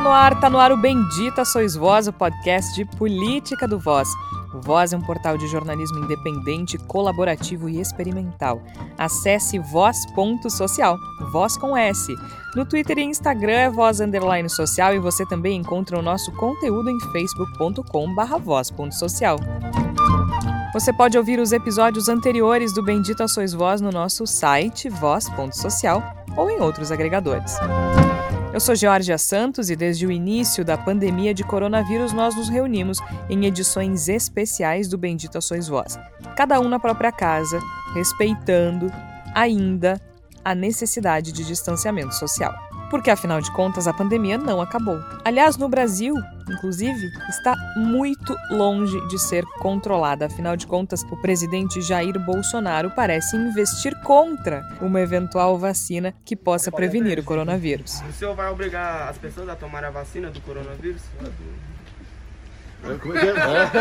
Tá no ar o Bendita Sois Vós, o podcast de política do Voz. O Voz é um portal de jornalismo independente, colaborativo e experimental. Acesse voz.social, Voz com S. No Twitter e Instagram é voz_social e você também encontra o nosso conteúdo em facebook.com/voz.social. Você pode ouvir os episódios anteriores do Bendita Sois Vós no nosso site, voz.social, ou em outros agregadores. Eu sou Georgia Santos e desde o início da pandemia de coronavírus nós nos reunimos em edições especiais do Bendita Sois Vós, cada um na própria casa, respeitando ainda a necessidade de distanciamento social. Porque, afinal de contas, a pandemia não acabou. Aliás, no Brasil, inclusive, está muito longe de ser controlada. Afinal de contas, o presidente Jair Bolsonaro parece investir contra uma eventual vacina que possa prevenir o coronavírus. O senhor vai obrigar as pessoas a tomar a vacina do coronavírus? Como é que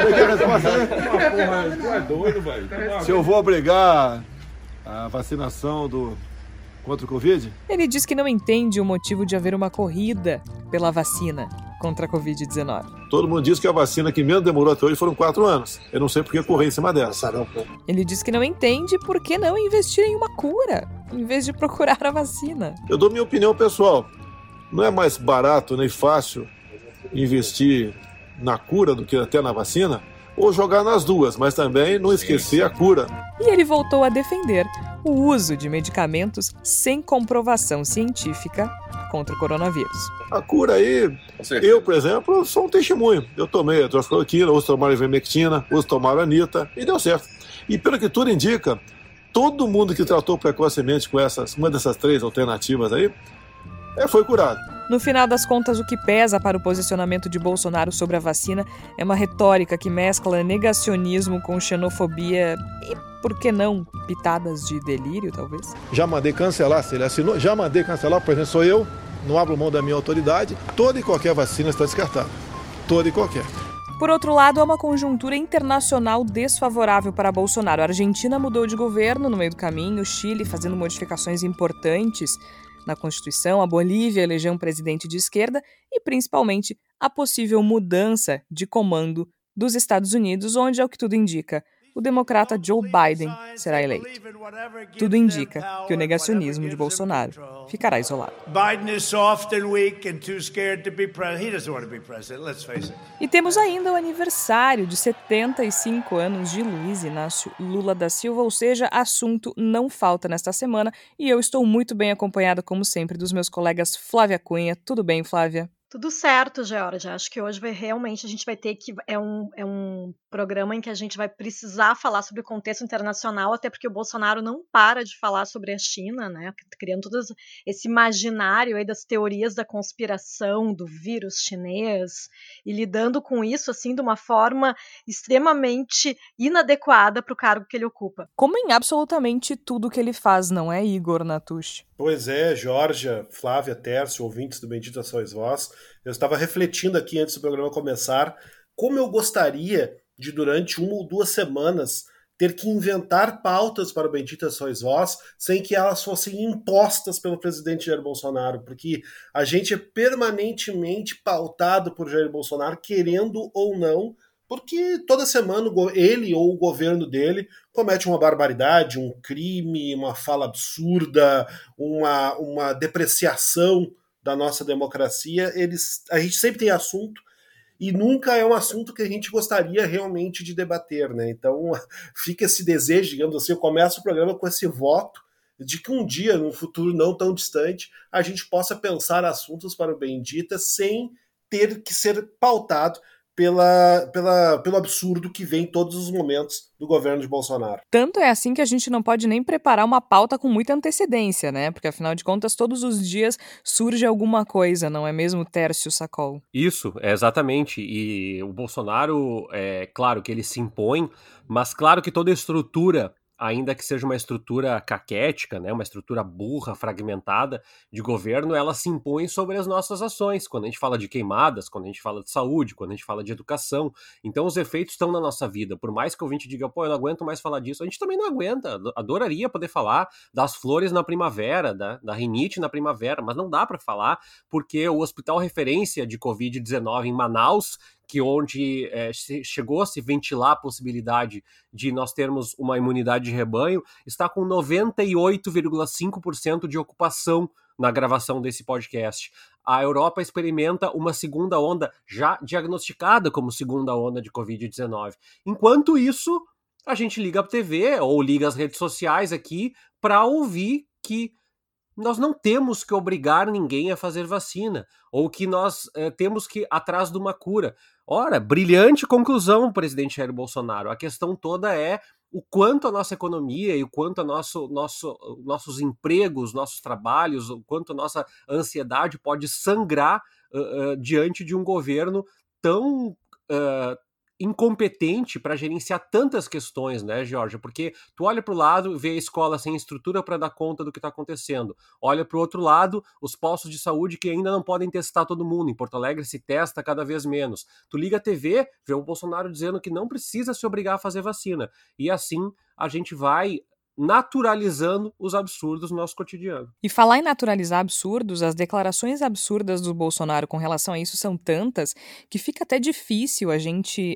é? Tu é doido, velho. Se eu vou obrigar a vacinação contra o Covid? Ele diz que não entende o motivo de haver uma corrida pela vacina contra a Covid-19. Todo mundo diz que a vacina que menos demorou até hoje foram 4 anos. Eu não sei por que correr em cima dela. Ele diz que não entende por que não investir em uma cura, em vez de procurar a vacina. Eu dou minha opinião pessoal. Não é mais barato nem fácil investir na cura do que até na vacina? Ou jogar nas duas, mas também não esquecer a cura. E ele voltou a defender o uso de medicamentos sem comprovação científica contra o coronavírus. A cura aí, eu, por exemplo, sou um testemunho. Eu tomei a hidroxicloroquina, outros tomaram ivermectina, outros tomaram anita e deu certo. E pelo que tudo indica, todo mundo que tratou precocemente com uma dessas 3 alternativas aí, foi curado. No final das contas, o que pesa para o posicionamento de Bolsonaro sobre a vacina é uma retórica que mescla negacionismo com xenofobia e, por que não, pitadas de delírio, talvez? Já mandei cancelar, se ele assinou, por exemplo, sou eu, não abro mão da minha autoridade, toda e qualquer vacina está descartada. Toda e qualquer. Por outro lado, há uma conjuntura internacional desfavorável para Bolsonaro. A Argentina mudou de governo no meio do caminho, o Chile fazendo modificações importantes na Constituição, a Bolívia elegeu um presidente de esquerda e, principalmente, a possível mudança de comando dos Estados Unidos, onde, ao que tudo indica, o democrata Joe Biden será eleito. Tudo indica que o negacionismo de Bolsonaro ficará isolado. E temos ainda o aniversário de 75 anos de Luiz Inácio Lula da Silva, ou seja, assunto não falta nesta semana e eu estou muito bem acompanhada, como sempre, dos meus colegas Flávia Cunha. Tudo bem, Flávia? Tudo certo, Georgia. Acho que hoje a gente vai ter que... É um programa em que a gente vai precisar falar sobre o contexto internacional, até porque o Bolsonaro não para de falar sobre a China, né? Criando todo esse imaginário aí das teorias da conspiração, do vírus chinês, e lidando com isso, assim, de uma forma extremamente inadequada para o cargo que ele ocupa. Como em absolutamente tudo que ele faz, não é, Igor Natush? Pois é, Georgia, Flávia, Tércio, ouvintes do Bendita Sois Vós. Eu estava refletindo aqui antes do programa começar como eu gostaria de, durante 1 ou 2 semanas, ter que inventar pautas para o Bendita Sois Vós sem que elas fossem impostas pelo presidente Jair Bolsonaro, porque a gente é permanentemente pautado por Jair Bolsonaro, querendo ou não, porque toda semana ele ou o governo dele comete uma barbaridade, um crime, uma fala absurda, uma depreciação da nossa democracia. A gente sempre tem assunto e nunca é um assunto que a gente gostaria realmente de debater, né? Então fica esse desejo, digamos assim, eu começo o programa com esse voto de que um dia, num futuro não tão distante, a gente possa pensar assuntos para o Bendita sem ter que ser pautado pelo absurdo que vem em todos os momentos do governo de Bolsonaro. Tanto é assim que a gente não pode nem preparar uma pauta com muita antecedência, né? Porque, afinal de contas, todos os dias surge alguma coisa, não é mesmo, Tércio Sacol? Isso, exatamente. E o Bolsonaro, claro que ele se impõe, mas claro que toda a estrutura ainda que seja uma estrutura caquética, né, uma estrutura burra, fragmentada de governo, ela se impõe sobre as nossas ações, quando a gente fala de queimadas, quando a gente fala de saúde, quando a gente fala de educação. Então os efeitos estão na nossa vida. Por mais que o ouvinte diga, pô, eu não aguento mais falar disso, a gente também não aguenta. Adoraria poder falar das flores na primavera, da rinite na primavera, mas não dá para falar, porque o hospital referência de Covid-19 em Manaus, que onde chegou a se ventilar a possibilidade de nós termos uma imunidade de rebanho, está com 98,5% de ocupação na gravação desse podcast. A Europa experimenta uma segunda onda já diagnosticada como segunda onda de Covid-19. Enquanto isso, a gente liga a TV ou liga as redes sociais aqui para ouvir que nós não temos que obrigar ninguém a fazer vacina, ou que nós temos que ir atrás de uma cura. Ora, brilhante conclusão, presidente Jair Bolsonaro. A questão toda é o quanto a nossa economia e o quanto a nossos empregos, nossos trabalhos, o quanto a nossa ansiedade pode sangrar diante de um governo tão incompetente para gerenciar tantas questões, né, Georgia? Porque tu olha para o lado, vê a escola sem estrutura para dar conta do que está acontecendo. Olha para o outro lado, os postos de saúde que ainda não podem testar todo mundo. Em Porto Alegre se testa cada vez menos. Tu liga a TV, vê o Bolsonaro dizendo que não precisa se obrigar a fazer vacina. E assim a gente vai naturalizando os absurdos no nosso cotidiano. E falar em naturalizar absurdos, as declarações absurdas do Bolsonaro com relação a isso são tantas que fica até difícil a gente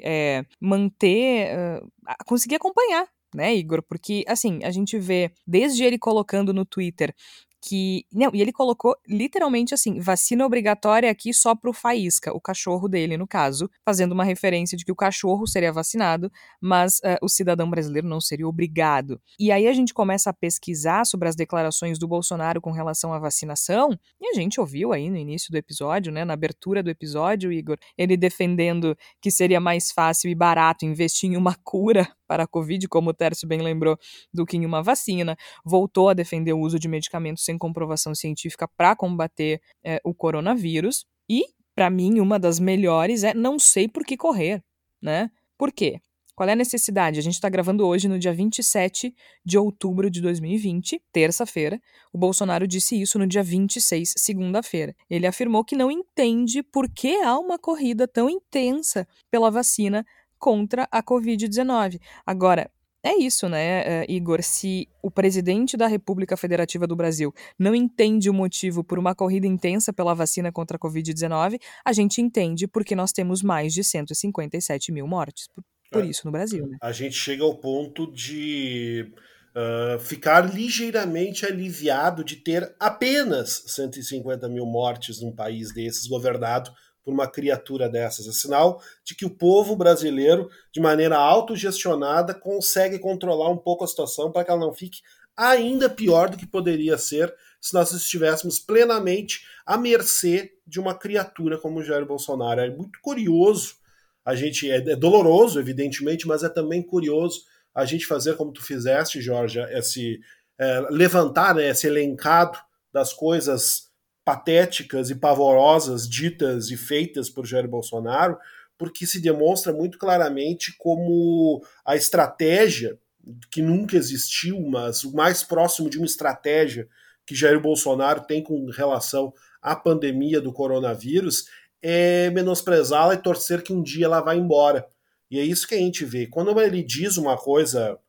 conseguir acompanhar, né, Igor? Porque, assim, a gente vê, desde ele colocando no Twitter e ele colocou literalmente assim, vacina obrigatória aqui só pro Faísca, o cachorro dele, no caso, fazendo uma referência de que o cachorro seria vacinado, mas o cidadão brasileiro não seria obrigado. E aí a gente começa a pesquisar sobre as declarações do Bolsonaro com relação à vacinação, e a gente ouviu aí no início do episódio, né, na abertura do episódio, Igor, ele defendendo que seria mais fácil e barato investir em uma cura para a Covid, como o Tércio bem lembrou, do que em uma vacina, voltou a defender o uso de medicamentos sem comprovação científica para combater o coronavírus, e, para mim, uma das melhores é não sei por que correr, né? Por quê? Qual é a necessidade? A gente está gravando hoje no dia 27 de outubro de 2020, terça-feira. O Bolsonaro disse isso no dia 26, segunda-feira. Ele afirmou que não entende por que há uma corrida tão intensa pela vacina contra a Covid-19. Agora, é isso, né, Igor? Se o presidente da República Federativa do Brasil não entende o motivo por uma corrida intensa pela vacina contra a Covid-19, a gente entende porque nós temos mais de 157 mil mortes por isso no Brasil, né? A gente chega ao ponto de ficar ligeiramente aliviado de ter apenas 150 mil mortes num país desses governado por uma criatura dessas. É sinal de que o povo brasileiro, de maneira autogestionada, consegue controlar um pouco a situação para que ela não fique ainda pior do que poderia ser se nós estivéssemos plenamente à mercê de uma criatura como o Jair Bolsonaro. É muito curioso, a gente é doloroso, evidentemente, mas é também curioso a gente fazer como tu fizeste, Jorge, levantar, né, esse elencado das coisas patéticas e pavorosas ditas e feitas por Jair Bolsonaro, porque se demonstra muito claramente como a estratégia, que nunca existiu, mas o mais próximo de uma estratégia que Jair Bolsonaro tem com relação à pandemia do coronavírus, é menosprezá-la e torcer que um dia ela vá embora. E é isso que a gente vê. Quando ele diz uma coisa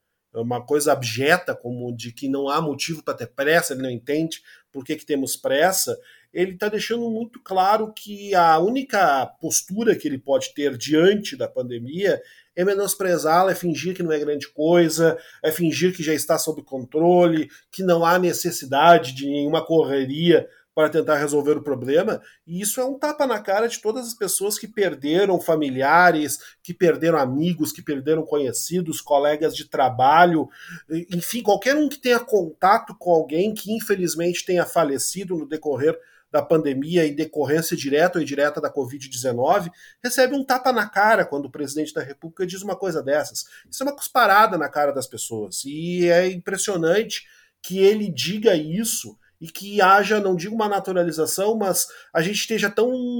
abjeta, como de que não há motivo para ter pressa, ele não entende por que temos pressa, ele está deixando muito claro que a única postura que ele pode ter diante da pandemia é menosprezá-la, é fingir que não é grande coisa, é fingir que já está sob controle, que não há necessidade de nenhuma correria para tentar resolver o problema, e isso é um tapa na cara de todas as pessoas que perderam familiares, que perderam amigos, que perderam conhecidos, colegas de trabalho, enfim, qualquer um que tenha contato com alguém que infelizmente tenha falecido no decorrer da pandemia em decorrência direta ou indireta da Covid-19, recebe um tapa na cara quando o presidente da República diz uma coisa dessas. Isso é uma cusparada na cara das pessoas, e é impressionante que ele diga isso e que haja, não digo uma naturalização, mas a gente esteja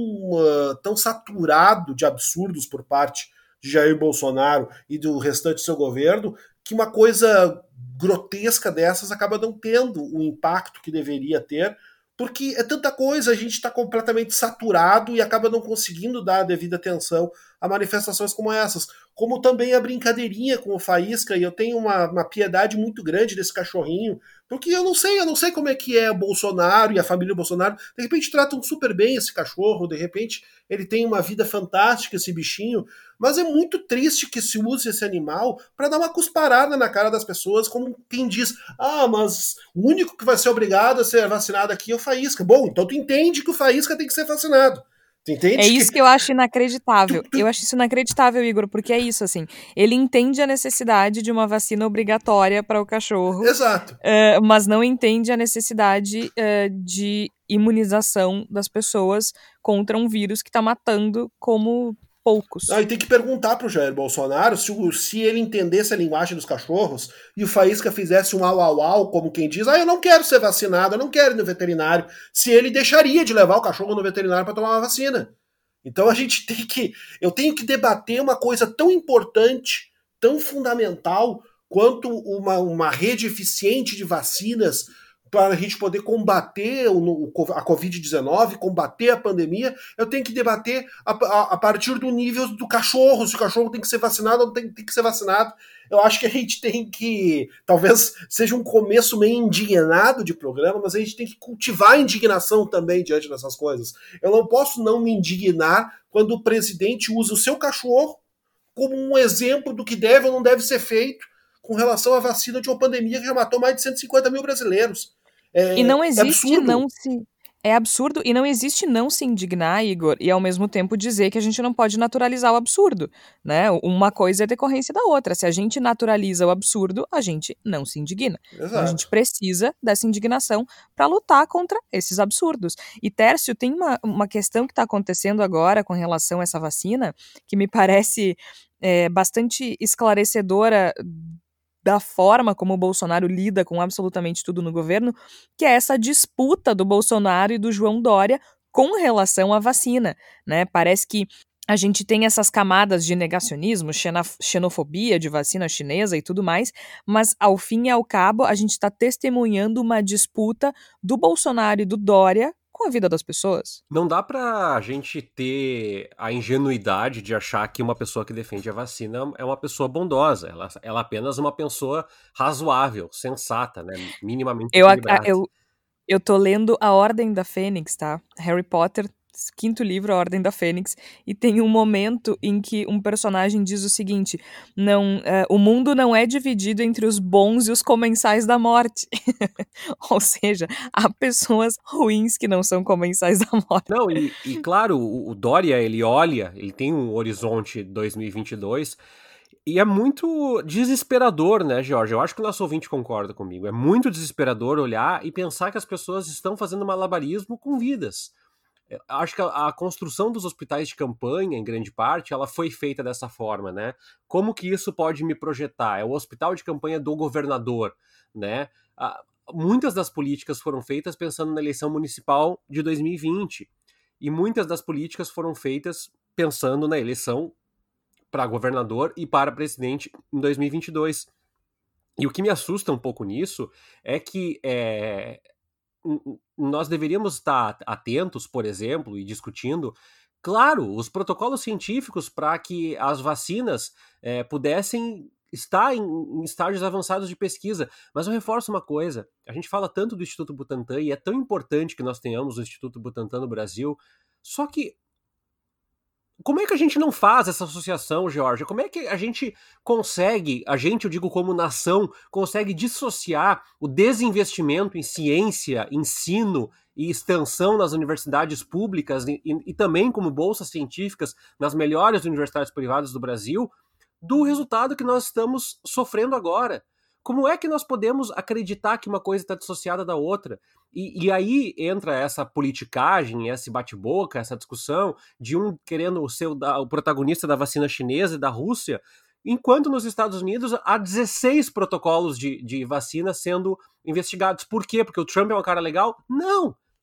tão saturado de absurdos por parte de Jair Bolsonaro e do restante do seu governo, que uma coisa grotesca dessas acaba não tendo o impacto que deveria ter, porque é tanta coisa, a gente está completamente saturado e acaba não conseguindo dar a devida atenção a manifestações como essas. Como também a brincadeirinha com o Faísca, e eu tenho uma piedade muito grande desse cachorrinho, porque eu não sei como é que é o Bolsonaro e a família Bolsonaro. De repente tratam super bem esse cachorro, de repente ele tem uma vida fantástica, esse bichinho, mas é muito triste que se use esse animal para dar uma cusparada na cara das pessoas, como quem diz, mas o único que vai ser obrigado a ser vacinado aqui é o Faísca. Bom, então tu entende que o Faísca tem que ser vacinado. É isso que eu acho inacreditável. Eu acho isso inacreditável, Igor, porque é isso, assim. Ele entende a necessidade de uma vacina obrigatória para o cachorro. Exato. Mas não entende a necessidade de imunização das pessoas contra um vírus que está matando como poucos. E tem que perguntar pro Jair Bolsonaro se ele entendesse a linguagem dos cachorros e o Faísca fizesse um au, como quem diz, eu não quero ser vacinado, eu não quero ir no veterinário, se ele deixaria de levar o cachorro no veterinário para tomar uma vacina. Então eu tenho que debater uma coisa tão importante, tão fundamental, quanto uma rede eficiente de vacinas para a gente poder combater a Covid-19, combater a pandemia. Eu tenho que debater a partir do nível do cachorro, se o cachorro tem que ser vacinado ou não tem que ser vacinado. Eu acho que a gente tem que, talvez seja um começo meio indignado de programa, mas a gente tem que cultivar a indignação também diante dessas coisas. Eu não posso não me indignar quando o presidente usa o seu cachorro como um exemplo do que deve ou não deve ser feito com relação à vacina de uma pandemia que já matou mais de 150 mil brasileiros. E não existe absurdo. É absurdo e não existe não se indignar, Igor, e ao mesmo tempo dizer que a gente não pode naturalizar o absurdo, né? Uma coisa é decorrência da outra. Se a gente naturaliza o absurdo, a gente não se indigna. Então, a gente precisa dessa indignação para lutar contra esses absurdos. E, Tércio, tem uma questão que está acontecendo agora com relação a essa vacina que me parece bastante esclarecedora da forma como o Bolsonaro lida com absolutamente tudo no governo, que é essa disputa do Bolsonaro e do João Dória com relação à vacina, né? Parece que a gente tem essas camadas de negacionismo, xenofobia de vacina chinesa e tudo mais, mas ao fim e ao cabo a gente está testemunhando uma disputa do Bolsonaro e do Dória com a vida das pessoas. Não dá pra gente ter a ingenuidade de achar que uma pessoa que defende a vacina é uma pessoa bondosa. Ela é apenas uma pessoa razoável, sensata, né? Minimamente equilibrada. Eu tô lendo A Ordem da Fênix, tá? Harry Potter, 5º livro, A Ordem da Fênix, e tem um momento em que um personagem diz o seguinte, o mundo não é dividido entre os bons e os comensais da morte. Ou seja, há pessoas ruins que não são comensais da morte. Não, e claro, o Dória, ele tem um horizonte 2022, e é muito desesperador, né, Jorge? Eu acho que o nosso ouvinte concorda comigo. É muito desesperador olhar e pensar que as pessoas estão fazendo malabarismo com vidas. Acho que a construção dos hospitais de campanha, em grande parte, ela foi feita dessa forma, né? Como que isso pode me projetar? É o hospital de campanha do governador, né? Muitas das políticas foram feitas pensando na eleição municipal de 2020. E muitas das políticas foram feitas pensando na eleição para governador e para presidente em 2022. E o que me assusta um pouco nisso é que nós deveríamos estar atentos, por exemplo, e discutindo, claro, os protocolos científicos para que as vacinas pudessem estar em estágios avançados de pesquisa. Mas eu reforço uma coisa, a gente fala tanto do Instituto Butantan e é tão importante que nós tenhamos o Instituto Butantan no Brasil, só que como é que a gente não faz essa associação, Georgia? Como é que a gente consegue, eu digo como nação, consegue dissociar o desinvestimento em ciência, ensino e extensão nas universidades públicas e também como bolsas científicas nas melhores universidades privadas do Brasil, do resultado que nós estamos sofrendo agora? Como é que nós podemos acreditar que uma coisa está dissociada da outra? E aí entra essa politicagem, esse bate-boca, essa discussão de um querendo ser o protagonista da vacina chinesa e da Rússia, enquanto nos Estados Unidos há 16 protocolos de vacina sendo investigados. Por quê? Porque o Trump é um cara legal? Não!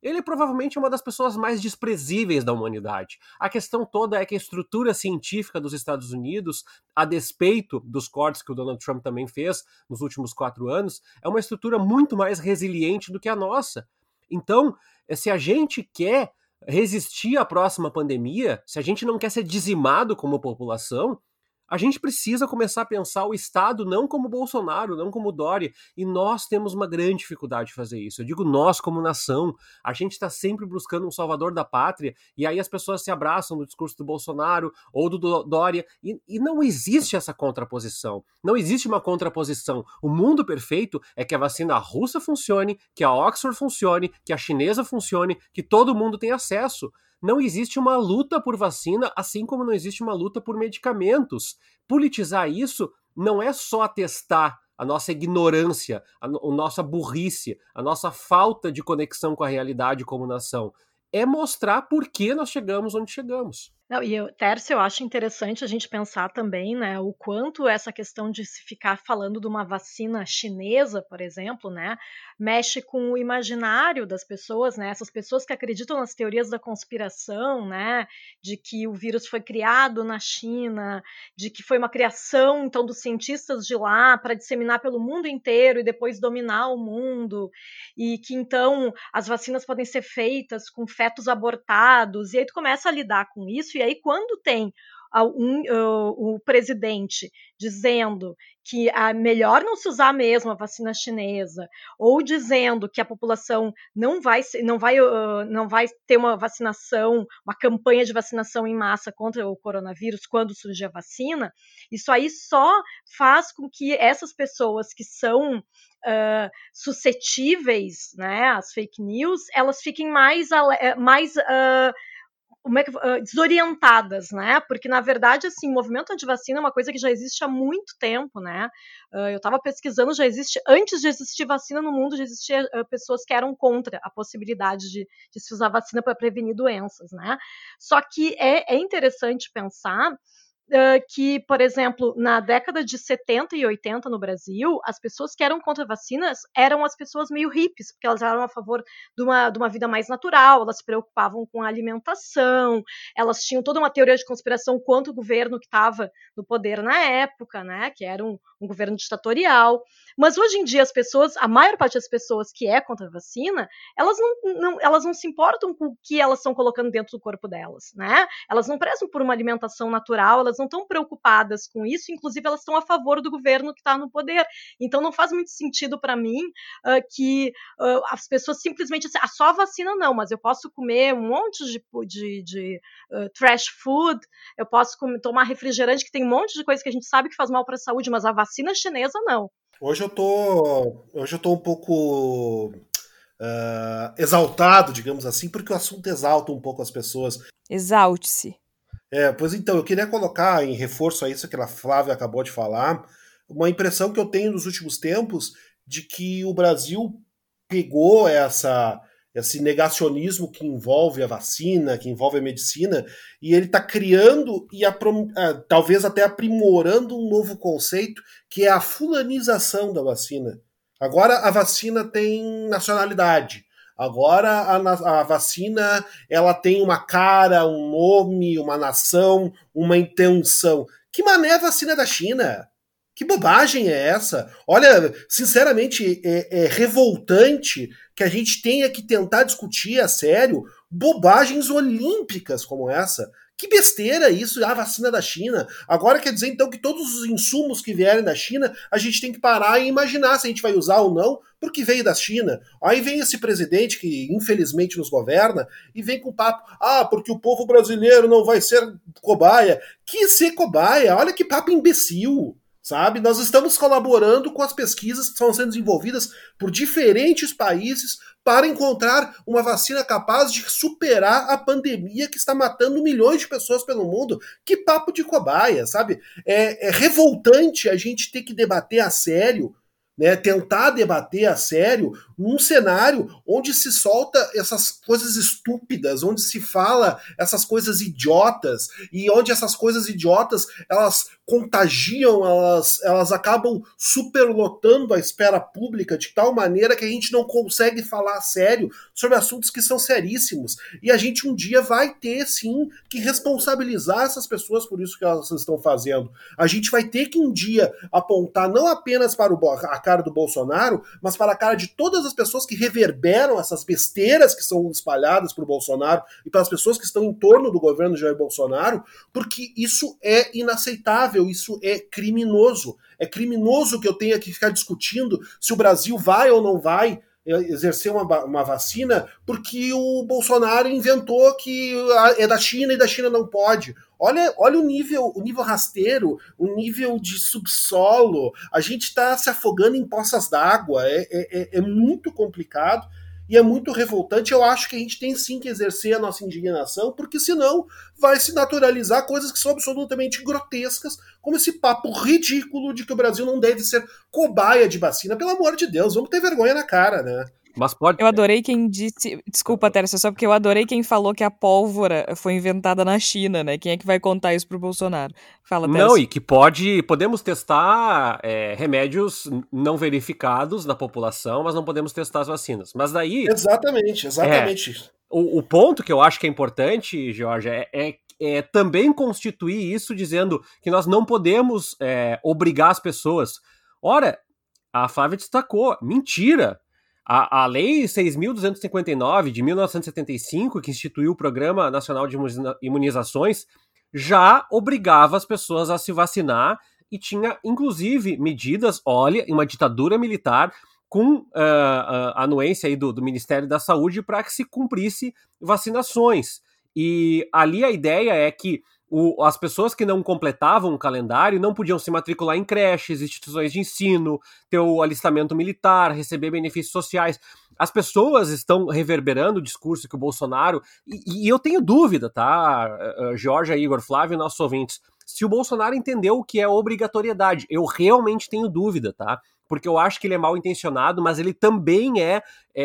ele provavelmente é uma das pessoas mais desprezíveis da humanidade. A questão toda é que a estrutura científica dos Estados Unidos, a despeito dos cortes que o Donald Trump também fez nos últimos 4 anos, é uma estrutura muito mais resiliente do que a nossa. Então, se a gente quer resistir à próxima pandemia, se a gente não quer ser dizimado como população, a gente precisa começar a pensar o Estado não como Bolsonaro, não como Dória, e nós temos uma grande dificuldade de fazer isso. Eu digo nós como nação, a gente está sempre buscando um salvador da pátria, e aí as pessoas se abraçam no discurso do Bolsonaro ou do Dória, e não existe essa contraposição, não existe uma contraposição. O mundo perfeito é que a vacina russa funcione, que a Oxford funcione, que a chinesa funcione, que todo mundo tenha acesso. Não existe uma luta por vacina, assim como não existe uma luta por medicamentos. Politizar isso não é só atestar a nossa ignorância, a nossa burrice, a nossa falta de conexão com a realidade como nação. É mostrar por que nós chegamos onde chegamos. Não, Tércio, eu acho interessante a gente pensar também, né, o quanto essa questão de se ficar falando de uma vacina chinesa, por exemplo, né, mexe com o imaginário das pessoas, né, essas pessoas que acreditam nas teorias da conspiração, né, de que o vírus foi criado na China, de que foi uma criação, então, dos cientistas de lá para disseminar pelo mundo inteiro e depois dominar o mundo, e que, então, as vacinas podem ser feitas com fetos abortados, e aí tu começa a lidar com isso. E aí, quando tem o presidente dizendo que é melhor não se usar mesmo a vacina chinesa, ou dizendo que a população não vai ter uma vacinação, uma campanha de vacinação em massa contra o coronavírus quando surgir a vacina, isso aí só faz com que essas pessoas que são suscetíveis, né, às fake news, elas fiquem mais desorientadas, né? Porque, na verdade, assim, o movimento antivacina é uma coisa que já existe há muito tempo, né? Eu estava pesquisando, já existe, antes de existir vacina no mundo, já existiam pessoas que eram contra a possibilidade de se usar vacina para prevenir doenças, né? Só que é interessante pensar que, por exemplo, na década de 70 e 80 no Brasil, as pessoas que eram contra vacinas eram as pessoas meio hippies, porque elas eram a favor de uma vida mais natural, elas se preocupavam com a alimentação, elas tinham toda uma teoria de conspiração contra o governo que estava no poder na época, né, que era um governo ditatorial. Mas hoje em dia a maior parte das pessoas que é contra a vacina, elas não se importam com o que elas estão colocando dentro do corpo delas, né? Elas não prezam por uma alimentação natural, elas não estão preocupadas com isso, inclusive elas estão a favor do governo que está no poder. Então não faz muito sentido para mim que as pessoas simplesmente assim, só a vacina não, mas eu posso comer um monte de trash food, eu posso tomar refrigerante, que tem um monte de coisa que a gente sabe que faz mal para a saúde, mas a vacina chinesa não. Hoje eu tô um pouco exaltado, digamos assim, porque o assunto exalta um pouco as pessoas. Exalte-se. Pois então, eu queria colocar em reforço a isso que a Flávia acabou de falar, uma impressão que eu tenho nos últimos tempos de que o Brasil pegou esse negacionismo que envolve a vacina, que envolve a medicina, e ele está criando e talvez até aprimorando um novo conceito, que é a fulanização da vacina. Agora a vacina tem nacionalidade. Agora a vacina ela tem uma cara, um nome, uma nação, uma intenção. Que mané a vacina da China? Que bobagem é essa? Olha, sinceramente, é revoltante que a gente tenha que tentar discutir a sério bobagens olímpicas como essa. Que besteira isso, a vacina da China. Agora quer dizer então que todos os insumos que vierem da China, a gente tem que parar e imaginar se a gente vai usar ou não, porque veio da China. Aí vem esse presidente que infelizmente nos governa e vem com papo, porque o povo brasileiro não vai ser cobaia. Que ser cobaia? Olha que papo imbecil. Sabe? Nós estamos colaborando com as pesquisas que estão sendo desenvolvidas por diferentes países para encontrar uma vacina capaz de superar a pandemia que está matando milhões de pessoas pelo mundo. Que papo de cobaia, sabe? É revoltante a gente ter que debater a sério né, tentar debater a sério num cenário onde se solta essas coisas estúpidas, onde se fala essas coisas idiotas, e onde essas coisas idiotas, elas contagiam, elas acabam superlotando a esfera pública de tal maneira que a gente não consegue falar a sério sobre assuntos que são seríssimos. E a gente um dia vai ter, sim, que responsabilizar essas pessoas por isso que elas estão fazendo. A gente vai ter que um dia apontar não apenas para a cara do Bolsonaro, mas para a cara de todas as pessoas que reverberam essas besteiras que são espalhadas por Bolsonaro e para as pessoas que estão em torno do governo Jair Bolsonaro, porque isso é inaceitável, isso é criminoso. É criminoso que eu tenha que ficar discutindo se o Brasil vai ou não vai exercer uma vacina porque o Bolsonaro inventou que é da China e da China não pode. Olha o nível rasteiro, o nível de subsolo. A gente está se afogando em poças d'água. É muito complicado e é muito revoltante. Eu acho que a gente tem sim que exercer a nossa indignação, porque senão vai se naturalizar coisas que são absolutamente grotescas, como esse papo ridículo de que o Brasil não deve ser cobaia de vacina. Pelo amor de Deus, vamos ter vergonha na cara, né? Mas pode... Eu adorei quem disse... Desculpa, Tércio, só porque eu adorei quem falou que a pólvora foi inventada na China, né? Quem é que vai contar isso pro Bolsonaro? Fala, Tércio. Não, e que podemos testar remédios não verificados na população, mas não podemos testar as vacinas. Mas daí... Exatamente. O ponto que eu acho que é importante, Jorge, é também constituir isso dizendo que nós não podemos obrigar as pessoas. Ora, a Flávia destacou, mentira! A Lei 6.259 de 1975, que instituiu o Programa Nacional de Imunizações, já obrigava as pessoas a se vacinar e tinha, inclusive, medidas, olha, uma ditadura militar com a anuência aí do Ministério da Saúde para que se cumprisse vacinações. E ali a ideia é que as pessoas que não completavam o calendário não podiam se matricular em creches, instituições de ensino, ter o alistamento militar, receber benefícios sociais. As pessoas estão reverberando o discurso que o Bolsonaro... E eu tenho dúvida, tá, Jorge, Igor, Flávio, nossos ouvintes, se o Bolsonaro entendeu o que é obrigatoriedade. Eu realmente tenho dúvida, tá? Porque eu acho que ele é mal intencionado, mas ele também é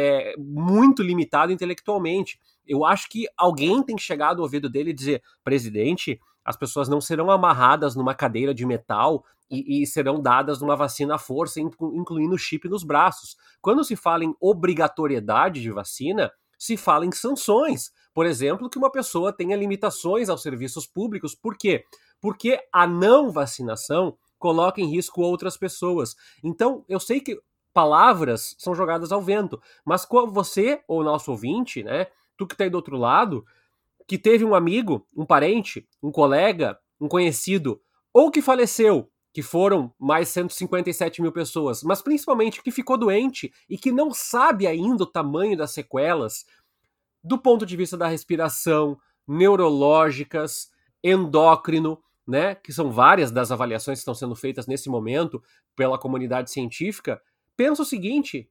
muito limitado intelectualmente. Eu acho que alguém tem que chegar do ouvido dele e dizer: presidente, as pessoas não serão amarradas numa cadeira de metal e serão dadas numa vacina à força, incluindo chip nos braços. Quando se fala em obrigatoriedade de vacina, se fala em sanções. Por exemplo, que uma pessoa tenha limitações aos serviços públicos. Por quê? Porque a não vacinação coloca em risco outras pessoas. Então, eu sei que palavras são jogadas ao vento, mas quando você, ou nosso ouvinte, né, tu que tá aí do outro lado, que teve um amigo, um parente, um colega, um conhecido, ou que faleceu, que foram mais 157 mil pessoas, mas principalmente que ficou doente e que não sabe ainda o tamanho das sequelas, do ponto de vista da respiração, neurológicas, endócrino, né, que são várias das avaliações que estão sendo feitas nesse momento pela comunidade científica. Pensa o seguinte: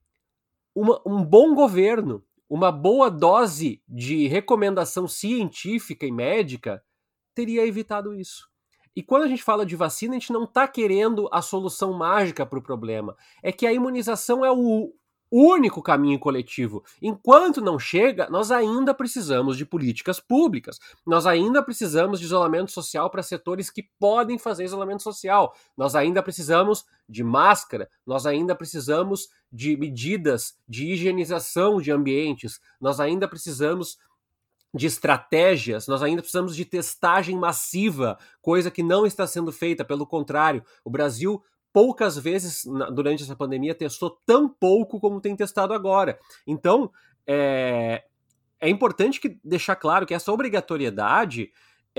um bom governo, uma boa dose de recomendação científica e médica teria evitado isso. E quando a gente fala de vacina, a gente não está querendo a solução mágica para o problema. É que a imunização é o único caminho coletivo. Enquanto não chega, nós ainda precisamos de políticas públicas. Nós ainda precisamos de isolamento social para setores que podem fazer isolamento social. Nós ainda precisamos de máscara. Nós ainda precisamos de medidas de higienização de ambientes. Nós ainda precisamos de estratégias, nós ainda precisamos de testagem massiva, coisa que não está sendo feita. Pelo contrário, o Brasil poucas vezes durante essa pandemia testou tão pouco como tem testado agora. Então, é importante deixar claro que essa obrigatoriedade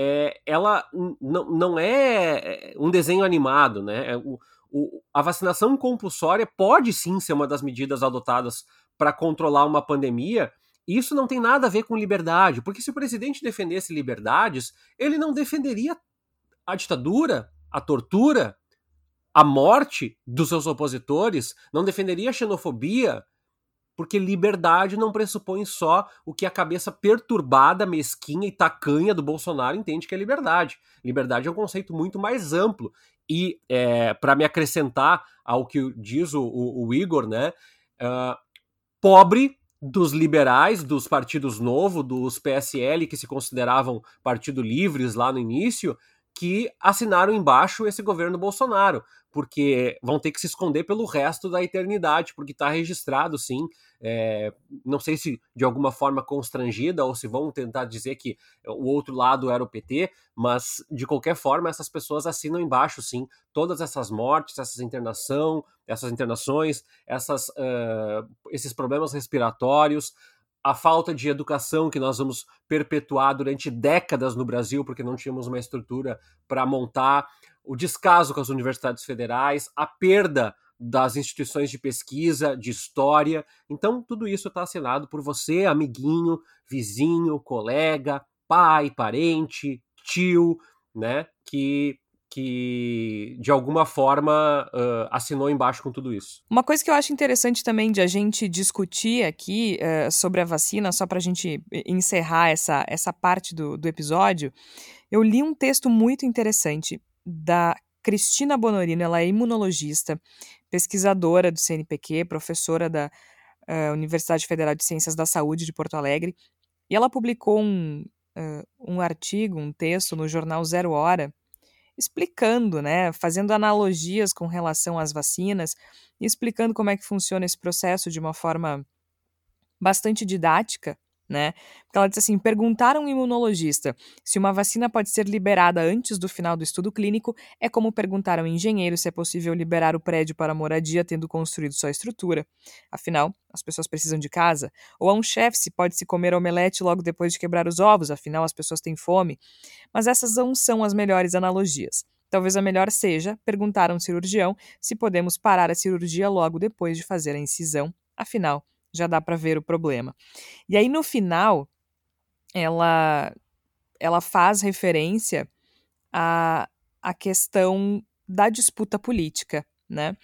ela não é um desenho animado, né? A vacinação compulsória pode sim ser uma das medidas adotadas para controlar uma pandemia. Isso não tem nada a ver com liberdade, porque se o presidente defendesse liberdades, ele não defenderia a ditadura, a tortura, a morte dos seus opositores, não defenderia a xenofobia, porque liberdade não pressupõe só o que a cabeça perturbada, mesquinha e tacanha do Bolsonaro entende que é liberdade. Liberdade é um conceito muito mais amplo. E para me acrescentar ao que diz o Igor, né, pobre dos liberais, dos partidos Novo, dos PSL, que se consideravam partido livres lá no início, que assinaram embaixo esse governo Bolsonaro, porque vão ter que se esconder pelo resto da eternidade, porque está registrado, sim, não sei se de alguma forma constrangida, ou se vão tentar dizer que o outro lado era o PT, mas de qualquer forma essas pessoas assinam embaixo, sim, todas essas mortes, essas internações, esses problemas respiratórios, a falta de educação que nós vamos perpetuar durante décadas no Brasil, porque não tínhamos uma estrutura para montar, o descaso com as universidades federais, a perda das instituições de pesquisa, de história. Então, tudo isso está assinado por você, amiguinho, vizinho, colega, pai, parente, tio, né, que de alguma forma assinou embaixo com tudo isso. Uma coisa que eu acho interessante também de a gente discutir aqui sobre a vacina, só para a gente encerrar essa parte do episódio, eu li um texto muito interessante da Cristina Bonorino. Ela é imunologista, pesquisadora do CNPq, professora da Universidade Federal de Ciências da Saúde de Porto Alegre, e ela publicou um artigo, um texto no jornal Zero Hora, explicando, né, fazendo analogias com relação às vacinas e explicando como é que funciona esse processo de uma forma bastante didática, né? Porque ela diz assim: perguntar a um imunologista se uma vacina pode ser liberada antes do final do estudo clínico é como perguntar a um engenheiro se é possível liberar o prédio para moradia tendo construído sua estrutura. Afinal, as pessoas precisam de casa. Ou a um chefe se pode se comer omelete logo depois de quebrar os ovos, afinal as pessoas têm fome. Mas essas não são as melhores analogias. Talvez a melhor seja perguntar a um cirurgião se podemos parar a cirurgia logo depois de fazer a incisão, afinal, já dá para ver o problema. E aí, no final, ela faz referência à questão da disputa política, né?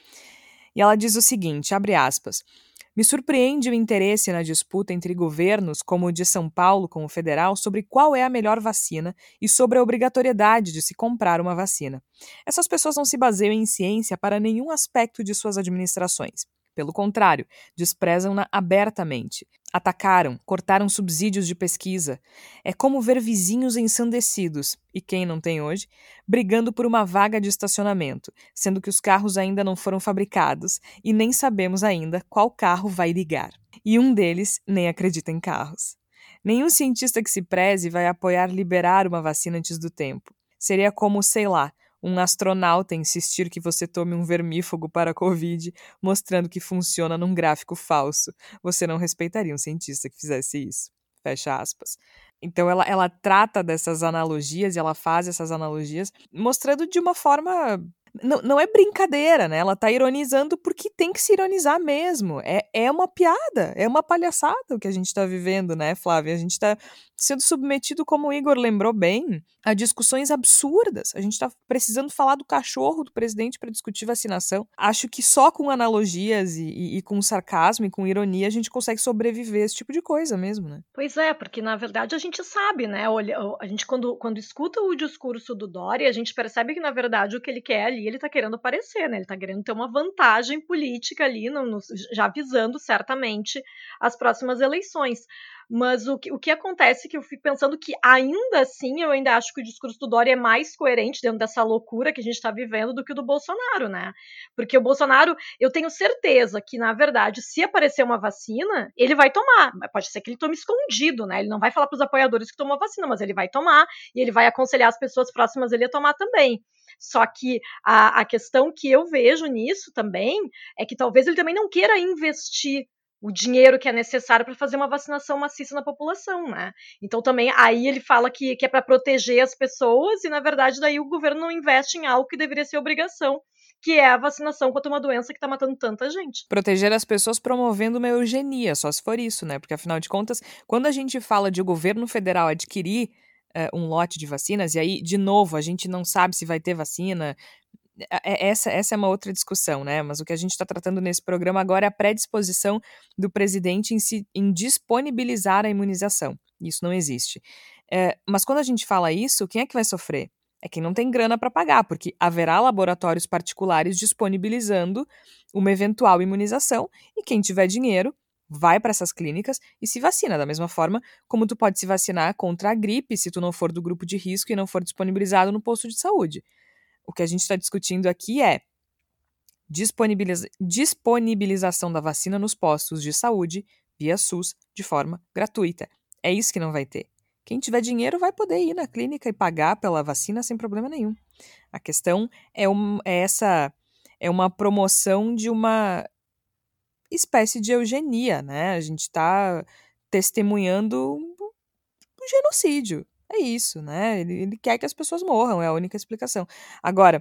E ela diz o seguinte, abre aspas: me surpreende o interesse na disputa entre governos, como o de São Paulo com o federal, sobre qual é a melhor vacina e sobre a obrigatoriedade de se comprar uma vacina. Essas pessoas não se baseiam em ciência para nenhum aspecto de suas administrações. Pelo contrário, desprezam-na abertamente. Atacaram, cortaram subsídios de pesquisa. É como ver vizinhos ensandecidos, e quem não tem hoje, brigando por uma vaga de estacionamento, sendo que os carros ainda não foram fabricados e nem sabemos ainda qual carro vai ligar. E um deles nem acredita em carros. Nenhum cientista que se preze vai apoiar liberar uma vacina antes do tempo. Seria como, sei lá, um astronauta insistir que você tome um vermífugo para a Covid, mostrando que funciona num gráfico falso. Você não respeitaria um cientista que fizesse isso. Fecha aspas. Então ela trata dessas analogias e ela faz essas analogias mostrando de uma forma... Não é brincadeira, né? Ela tá ironizando porque tem que se ironizar mesmo. É uma piada, é uma palhaçada o que a gente tá vivendo, né, Flávia? A gente tá sendo submetido, como o Igor lembrou bem, a discussões absurdas. A gente tá precisando falar do cachorro do presidente para discutir vacinação. Acho que só com analogias e com sarcasmo e com ironia a gente consegue sobreviver a esse tipo de coisa mesmo, né? Pois é, porque na verdade a gente sabe, né? A gente quando escuta o discurso do Dória, a gente percebe que na verdade o que ele quer ali, ele tá querendo aparecer, né? Ele tá querendo ter uma vantagem política ali, já visando certamente as próximas eleições. Mas o que acontece, que eu fico pensando que ainda assim, eu ainda acho que o discurso do Dória é mais coerente dentro dessa loucura que a gente está vivendo do que o do Bolsonaro, né? Porque o Bolsonaro, eu tenho certeza que, na verdade, se aparecer uma vacina, ele vai tomar. Pode ser que ele tome escondido, né? Ele não vai falar para os apoiadores que tomou a vacina, mas ele vai tomar e ele vai aconselhar as pessoas próximas dele a tomar também. Só que a questão que eu vejo nisso também é que talvez ele também não queira investir o dinheiro que é necessário para fazer uma vacinação maciça na população, né? Então também aí ele fala que é para proteger as pessoas e na verdade daí o governo não investe em algo que deveria ser obrigação, que é a vacinação contra uma doença que está matando tanta gente. Proteger as pessoas promovendo uma eugenia, só se for isso, né? Porque afinal de contas, quando a gente fala de o governo federal adquirir um lote de vacinas, e aí, de novo, a gente não sabe se vai ter vacina. Essa é uma outra discussão, né? Mas o que a gente está tratando nesse programa agora é a predisposição do presidente em disponibilizar a imunização. Isso não existe. Mas quando a gente fala isso, quem é que vai sofrer? é quem não tem grana para pagar, porque haverá laboratórios particulares disponibilizando uma eventual imunização e quem tiver dinheiro vai para essas clínicas e se vacina, da mesma forma como tu pode se vacinar contra a gripe se tu não for do grupo de risco e não for disponibilizado no posto de saúde. O que a gente está discutindo aqui é disponibilização da vacina nos postos de saúde via SUS de forma gratuita. É isso que não vai ter. Quem tiver dinheiro vai poder ir na clínica e pagar pela vacina sem problema nenhum. A questão é uma promoção de uma espécie de eugenia, né? A gente está testemunhando um genocídio. É isso, né? Ele quer que as pessoas morram, é a única explicação. Agora,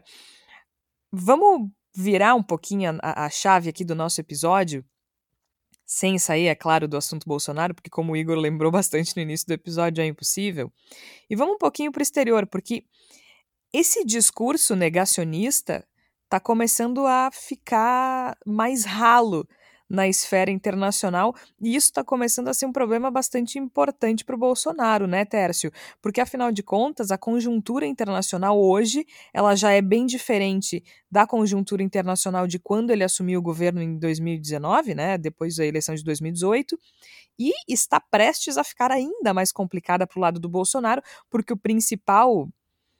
vamos virar um pouquinho a chave aqui do nosso episódio, sem sair, é claro, do assunto Bolsonaro, porque como o Igor lembrou bastante no início do episódio, é impossível. E vamos um pouquinho para o exterior, porque esse discurso negacionista está começando a ficar mais ralo na esfera internacional, e isso está começando a ser um problema bastante importante para o Bolsonaro, né, Tércio? Porque, afinal de contas, a conjuntura internacional hoje, ela já é bem diferente da conjuntura internacional de quando ele assumiu o governo em 2019, né, depois da eleição de 2018, e está prestes a ficar ainda mais complicada para o lado do Bolsonaro, porque o principal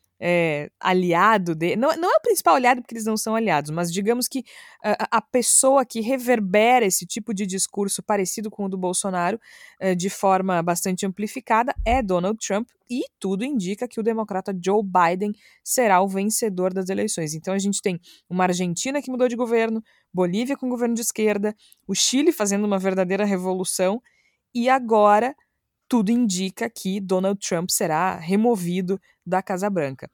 aliado dele, não é o principal aliado porque eles não são aliados, mas digamos que a pessoa que reverbera esse tipo de discurso parecido com o do Bolsonaro de forma bastante amplificada é Donald Trump, e tudo indica que o democrata Joe Biden será o vencedor das eleições. Então a gente tem uma Argentina que mudou de governo, Bolívia com governo de esquerda, o Chile fazendo uma verdadeira revolução, e agora tudo indica que Donald Trump será removido da Casa Branca.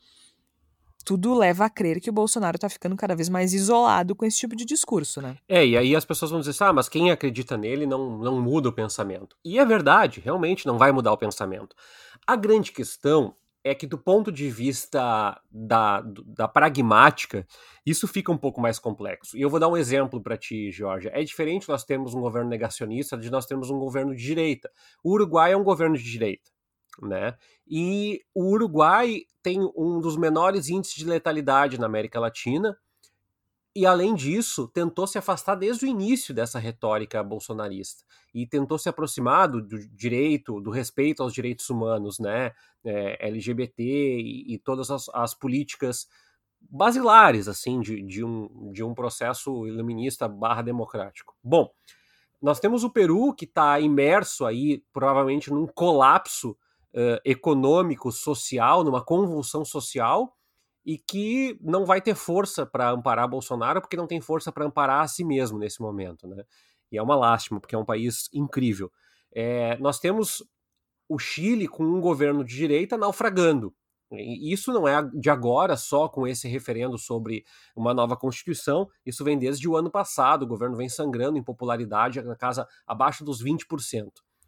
Tudo leva a crer que o Bolsonaro está ficando cada vez mais isolado com esse tipo de discurso, né? E aí as pessoas vão dizer, mas quem acredita nele não muda o pensamento. E é verdade, realmente não vai mudar o pensamento. A grande questão é que do ponto de vista da pragmática, isso fica um pouco mais complexo. E eu vou dar um exemplo para ti, Georgia. É diferente nós termos um governo negacionista de nós termos um governo de direita. O Uruguai é um governo de direita, né? E o Uruguai tem um dos menores índices de letalidade na América Latina, e além disso, tentou se afastar desde o início dessa retórica bolsonarista e tentou se aproximar do direito, do respeito aos direitos humanos, né? LGBT e todas as políticas basilares, assim, de um processo iluminista /democrático. Bom, nós temos o Peru, que está imerso aí, provavelmente, num colapso econômico, social, numa convulsão social, e que não vai ter força para amparar Bolsonaro, porque não tem força para amparar a si mesmo nesse momento, né? E é uma lástima, porque é um país incrível. Nós temos o Chile com um governo de direita naufragando. E isso não é de agora, só com esse referendo sobre uma nova Constituição. Isso vem desde o ano passado. O governo vem sangrando em popularidade, na casa abaixo dos 20%.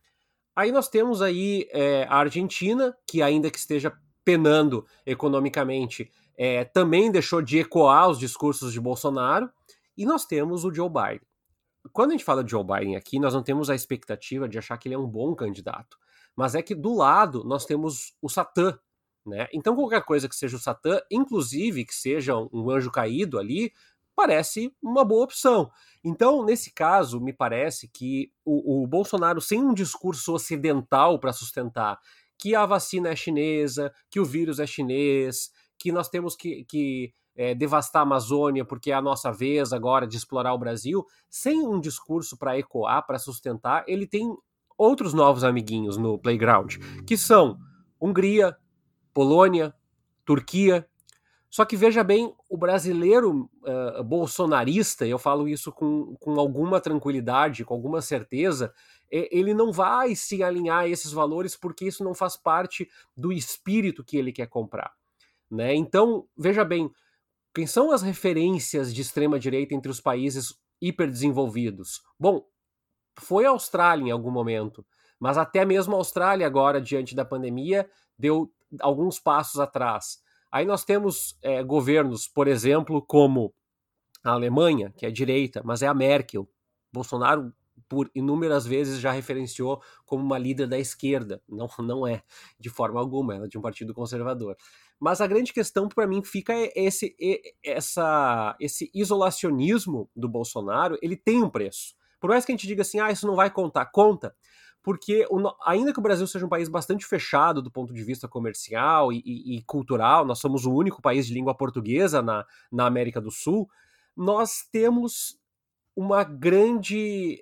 Aí nós temos aí a Argentina, que ainda que esteja penando economicamente, também deixou de ecoar os discursos de Bolsonaro, e nós temos o Joe Biden. Quando a gente fala de Joe Biden aqui, nós não temos a expectativa de achar que ele é um bom candidato, mas é que do lado nós temos o Satã, né? Então qualquer coisa que seja o Satã, inclusive que seja um anjo caído ali, parece uma boa opção. Então, nesse caso, me parece que o Bolsonaro, sem um discurso ocidental para sustentar que a vacina é chinesa, que o vírus é chinês, que nós temos que devastar a Amazônia porque é a nossa vez agora de explorar o Brasil, sem um discurso para ecoar, para sustentar, ele tem outros novos amiguinhos no playground, que são Hungria, Polônia, Turquia. Só que veja bem, o brasileiro bolsonarista, eu falo isso com alguma tranquilidade, com alguma certeza, ele não vai se alinhar a esses valores porque isso não faz parte do espírito que ele quer comprar, né? Então, veja bem, quem são as referências de extrema-direita entre os países hiperdesenvolvidos? Bom, foi a Austrália em algum momento, mas até mesmo a Austrália agora, diante da pandemia, deu alguns passos atrás. Aí nós temos governos, por exemplo, como a Alemanha, que é direita, mas é a Merkel. Bolsonaro por inúmeras vezes já referenciou como uma líder da esquerda. Não é, de forma alguma, ela é de um partido conservador. Mas a grande questão para mim fica esse isolacionismo do Bolsonaro, ele tem um preço. Por mais que a gente diga assim, isso não vai contar, conta. Porque ainda que o Brasil seja um país bastante fechado do ponto de vista comercial e cultural, nós somos o único país de língua portuguesa na América do Sul, nós temos uma grande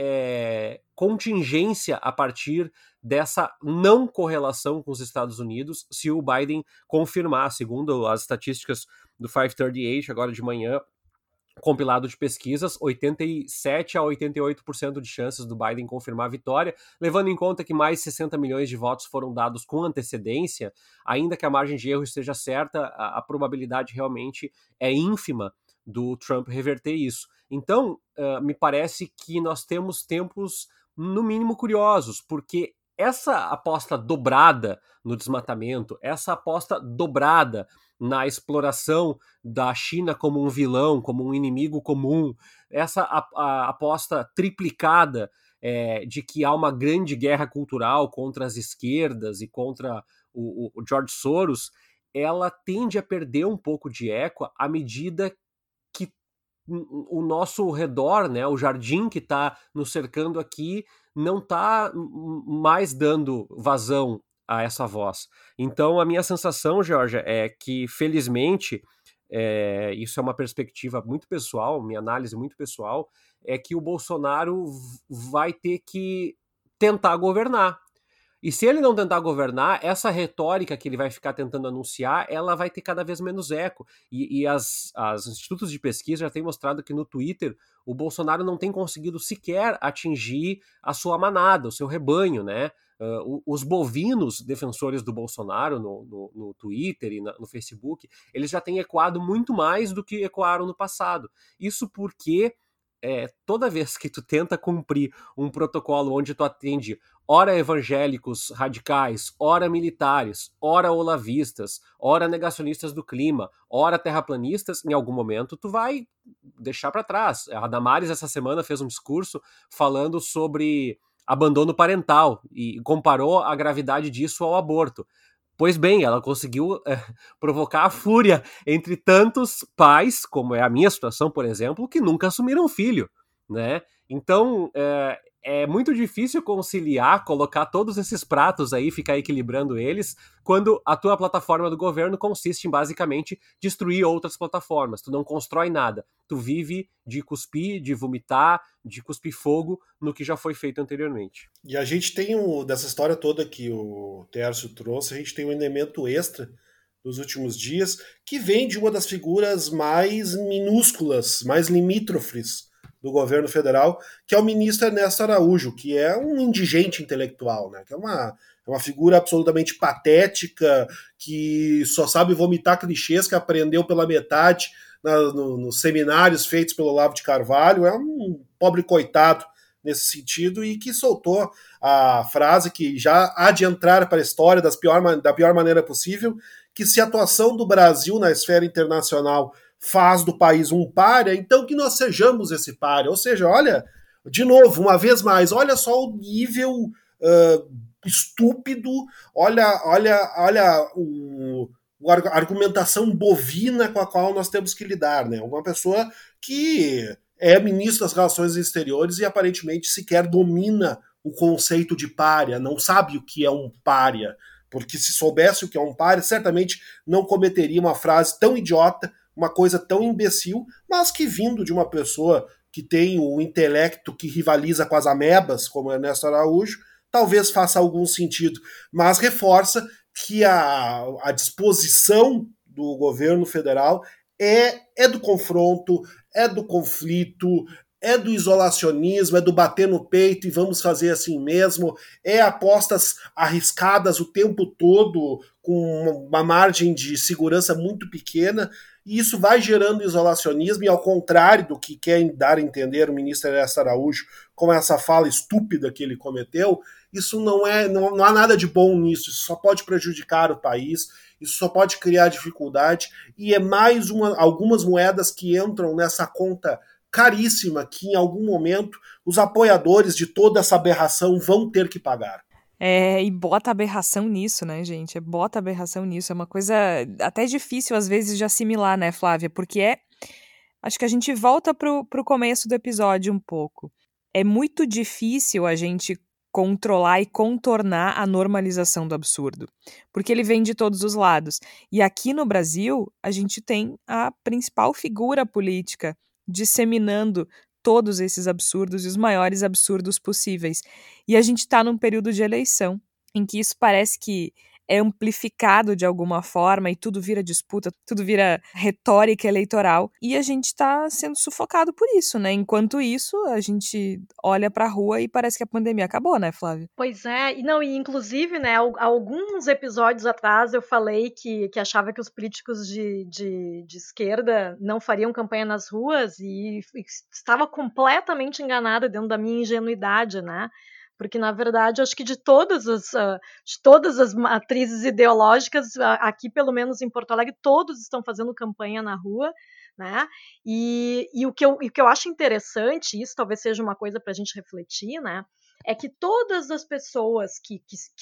contingência a partir dessa não correlação com os Estados Unidos se o Biden confirmar, segundo as estatísticas do 538 agora de manhã, compilado de pesquisas, 87 a 88% de chances do Biden confirmar a vitória, levando em conta que mais 60 milhões de votos foram dados com antecedência, ainda que a margem de erro esteja certa, a probabilidade realmente é ínfima do Trump reverter isso. Então, me parece que nós temos tempos, no mínimo, curiosos, porque essa aposta dobrada no desmatamento, essa aposta dobrada na exploração da China como um vilão, como um inimigo comum, essa aposta triplicada de que há uma grande guerra cultural contra as esquerdas e contra o George Soros, ela tende a perder um pouco de eco à medida que o nosso redor, né, o jardim que está nos cercando aqui, não está mais dando vazão a essa voz. Então, a minha sensação, Georgia, é que, felizmente, isso é uma perspectiva muito pessoal, minha análise muito pessoal, é que o Bolsonaro vai ter que tentar governar. E se ele não tentar governar, essa retórica que ele vai ficar tentando anunciar, ela vai ter cada vez menos eco. E as institutos de pesquisa já têm mostrado que no Twitter o Bolsonaro não tem conseguido sequer atingir a sua manada, o seu rebanho, né? Os bovinos defensores do Bolsonaro no Twitter e no Facebook, eles já têm ecoado muito mais do que ecoaram no passado. Isso porque toda vez que tu tenta cumprir um protocolo onde tu atende ora evangélicos radicais, ora militares, ora olavistas, ora negacionistas do clima, ora terraplanistas, em algum momento tu vai deixar para trás. A Damares essa semana fez um discurso falando sobre abandono parental e comparou a gravidade disso ao aborto. Pois bem, ela conseguiu provocar a fúria entre tantos pais, como é a minha situação, por exemplo, que nunca assumiram filho, né? Então, é muito difícil conciliar, colocar todos esses pratos aí, ficar equilibrando eles, quando a tua plataforma do governo consiste em, basicamente, destruir outras plataformas. Tu não constrói nada. Tu vive de cuspir, de vomitar, de cuspir fogo no que já foi feito anteriormente. E a gente tem, dessa história toda que o Tércio trouxe, a gente tem um elemento extra nos últimos dias, que vem de uma das figuras mais minúsculas, mais limítrofes do governo federal, que é o ministro Ernesto Araújo, que é um indigente intelectual, né? Que é uma figura absolutamente patética, que só sabe vomitar clichês que aprendeu pela metade nos seminários feitos pelo Olavo de Carvalho. É um pobre coitado nesse sentido, e que soltou a frase que já há de entrar para a história da pior maneira possível, que se a atuação do Brasil na esfera internacional faz do país um pária, então que nós sejamos esse pária. Ou seja, olha, de novo, uma vez mais, olha só o nível estúpido, olha a argumentação bovina com a qual nós temos que lidar, né? Uma pessoa que é ministro das Relações Exteriores e aparentemente sequer domina o conceito de pária, não sabe o que é um pária, porque se soubesse o que é um pária, certamente não cometeria uma frase tão idiota, uma coisa tão imbecil, mas que, vindo de uma pessoa que tem o intelecto que rivaliza com as amebas, como Ernesto Araújo, talvez faça algum sentido, mas reforça que a disposição do governo federal é do confronto, é do conflito, é do isolacionismo, é do bater no peito e vamos fazer assim mesmo, é apostas arriscadas o tempo todo, com uma margem de segurança muito pequena, e isso vai gerando isolacionismo, e ao contrário do que quer dar a entender o ministro Ernesto Araújo com essa fala estúpida que ele cometeu, isso não há nada de bom nisso, isso só pode prejudicar o país, isso só pode criar dificuldade, e é mais algumas moedas que entram nessa conta caríssima que em algum momento os apoiadores de toda essa aberração vão ter que pagar. E bota aberração nisso, né, gente? Bota aberração nisso. É uma coisa até difícil, às vezes, de assimilar, né, Flávia? Porque acho que a gente volta pro começo do episódio um pouco. É muito difícil a gente controlar e contornar a normalização do absurdo, porque ele vem de todos os lados. E aqui no Brasil, a gente tem a principal figura política disseminando todos esses absurdos e os maiores absurdos possíveis. E a gente está num período de eleição, em que isso parece que é amplificado de alguma forma e tudo vira disputa, tudo vira retórica eleitoral e a gente está sendo sufocado por isso, né? Enquanto isso, a gente olha para a rua e parece que a pandemia acabou, né, Flávia? Pois é, e inclusive, né, alguns episódios atrás eu falei que achava que os políticos de esquerda não fariam campanha nas ruas e estava completamente enganada dentro da minha ingenuidade, né? Porque, na verdade, acho que de todas as matrizes ideológicas, aqui, pelo menos em Porto Alegre, todos estão fazendo campanha na rua, né? E o que eu acho interessante, isso talvez seja uma coisa para a gente refletir, né? É que todas as pessoas que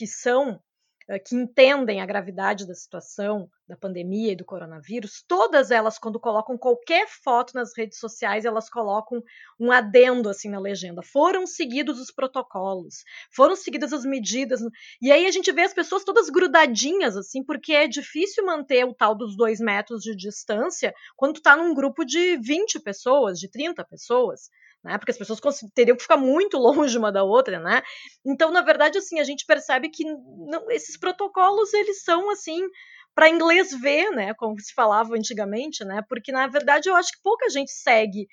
entendem a gravidade da situação, da pandemia e do coronavírus, todas elas, quando colocam qualquer foto nas redes sociais, elas colocam um adendo assim na legenda. Foram seguidos os protocolos, foram seguidas as medidas. E aí a gente vê as pessoas todas grudadinhas, assim, porque é difícil manter o tal dos 2 metros de distância quando tu tá num grupo de 20 pessoas, de 30 pessoas. Né, porque as pessoas teriam que ficar muito longe uma da outra, né? Então, na verdade, assim, a gente percebe que esses protocolos, eles são, assim, para inglês ver, né? Como se falava antigamente, né? Porque, na verdade, eu acho que pouca gente segue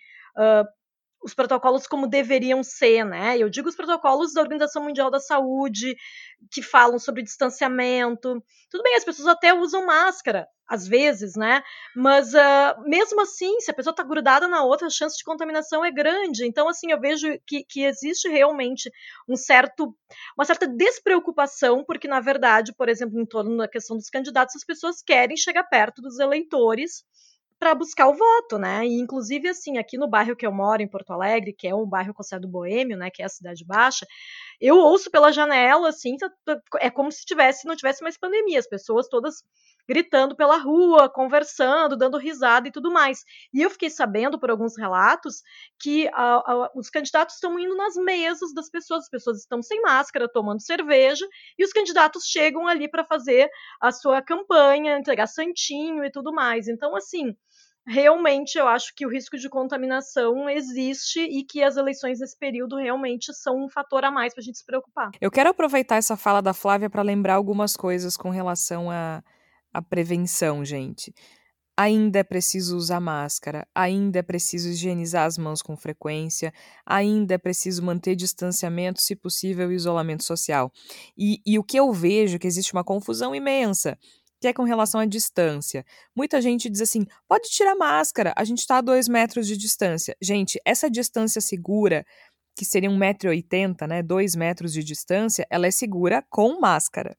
os protocolos como deveriam ser, né? Eu digo os protocolos da Organização Mundial da Saúde, que falam sobre distanciamento. Tudo bem, as pessoas até usam máscara, às vezes, né? Mas mesmo assim, se a pessoa está grudada na outra, a chance de contaminação é grande. Então, assim, eu vejo que existe realmente uma certa despreocupação, porque, na verdade, por exemplo, em torno da questão dos candidatos, as pessoas querem chegar perto dos eleitores para buscar o voto, né? E inclusive assim, aqui no bairro que eu moro em Porto Alegre, que é um bairro considerado boêmio, né, que é a Cidade Baixa, eu ouço pela janela assim, é como se não tivesse mais pandemia, as pessoas todas gritando pela rua, conversando, dando risada e tudo mais. E eu fiquei sabendo por alguns relatos que os candidatos estão indo nas mesas das pessoas, as pessoas estão sem máscara, tomando cerveja, e os candidatos chegam ali para fazer a sua campanha, entregar santinho e tudo mais. Então, assim, realmente eu acho que o risco de contaminação existe e que as eleições nesse período realmente são um fator a mais para a gente se preocupar. Eu quero aproveitar essa fala da Flávia para lembrar algumas coisas com relação à prevenção, gente. Ainda é preciso usar máscara, ainda é preciso higienizar as mãos com frequência, ainda é preciso manter distanciamento, se possível, e isolamento social. E o que eu vejo é que existe uma confusão imensa, que é com relação à distância. Muita gente diz assim, pode tirar máscara, a gente está a 2 metros de distância. Gente, essa distância segura, que seria 1,80 m, né, 2 metros de distância, ela é segura com máscara.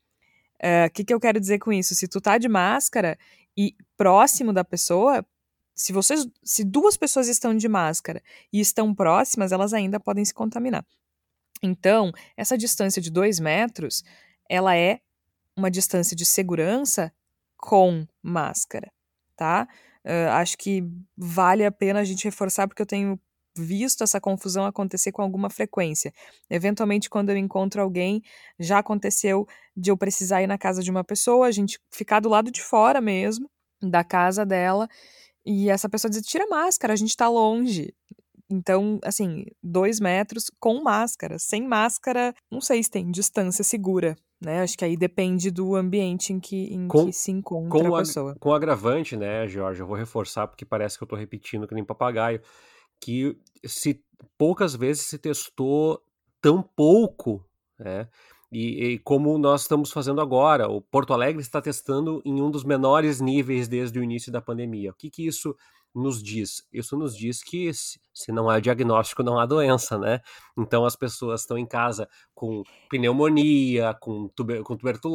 O que eu quero dizer com isso? Se tu tá de máscara e próximo da pessoa, se 2 pessoas estão de máscara e estão próximas, elas ainda podem se contaminar. Então, essa distância de 2 metros, ela é uma distância de segurança com máscara, tá? Acho que vale a pena a gente reforçar, porque eu tenho visto essa confusão acontecer com alguma frequência. Eventualmente, quando eu encontro alguém, já aconteceu de eu precisar ir na casa de uma pessoa, a gente ficar do lado de fora mesmo, da casa dela, e essa pessoa diz, tira a máscara, a gente tá longe. Então, assim, 2 metros com máscara. Sem máscara, não sei se tem distância segura, né? Acho que aí depende do ambiente em que se encontra a pessoa. Com o agravante, né, Jorge? Eu vou reforçar, porque parece que eu tô repetindo que nem papagaio, que poucas vezes se testou tão pouco, né? E como nós estamos fazendo agora, o Porto Alegre está testando em um dos menores níveis desde o início da pandemia. O que isso nos diz? Isso nos diz que se não há diagnóstico, não há doença, né? Então as pessoas estão em casa com pneumonia, com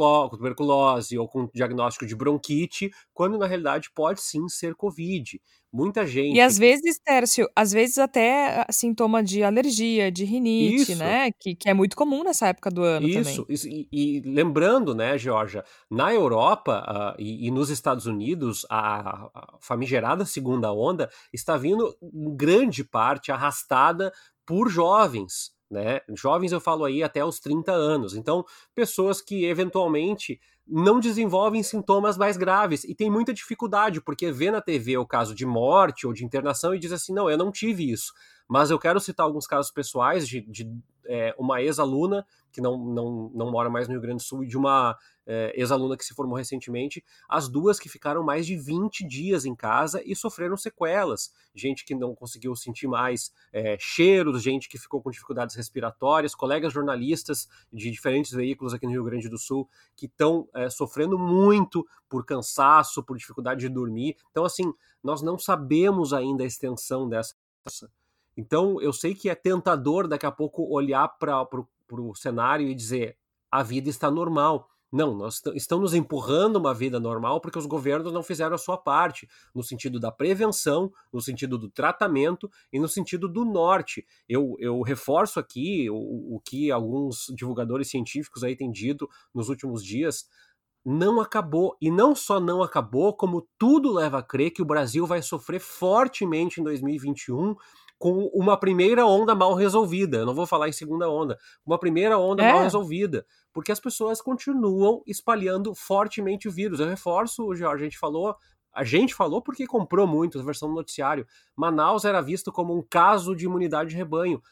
tuberculose ou com diagnóstico de bronquite, quando na realidade pode sim ser Covid. muita gente... E às vezes, Tércio, às vezes até sintoma de alergia, de rinite, Isso. né? Que é muito comum nessa época do ano também. Isso. E lembrando, né, Georgia, na Europa e nos Estados Unidos, a famigerada segunda onda está vindo, em grande parte, arrastada por jovens, né? Jovens, eu falo aí, até os 30 anos. Então, pessoas que, eventualmente, não desenvolvem sintomas mais graves e tem muita dificuldade, porque vê na TV o caso de morte ou de internação e diz assim, não, eu não tive isso. Mas eu quero citar alguns casos pessoais de uma ex-aluna que não mora mais no Rio Grande do Sul e de uma ex-aluna que se formou recentemente, as duas que ficaram mais de 20 dias em casa e sofreram sequelas. Gente que não conseguiu sentir mais cheiros, gente que ficou com dificuldades respiratórias, colegas jornalistas de diferentes veículos aqui no Rio Grande do Sul que estão sofrendo muito por cansaço, por dificuldade de dormir. Então, assim, nós não sabemos ainda a extensão dessa. Então, eu sei que é tentador daqui a pouco olhar para o cenário e dizer a vida está normal. Não, nós estamos nos empurrando uma vida normal porque os governos não fizeram a sua parte, no sentido da prevenção, no sentido do tratamento e no sentido do norte. Eu reforço aqui o que alguns divulgadores científicos aí têm dito nos últimos dias. Não acabou, e não só não acabou, como tudo leva a crer que o Brasil vai sofrer fortemente em 2021 com uma primeira onda mal resolvida. Eu não vou falar em segunda onda. Uma primeira onda mal resolvida. Porque as pessoas continuam espalhando fortemente o vírus. Eu reforço, Jorge, a gente falou porque comprou muito a versão do noticiário. Manaus era visto como um caso de imunidade de rebanho.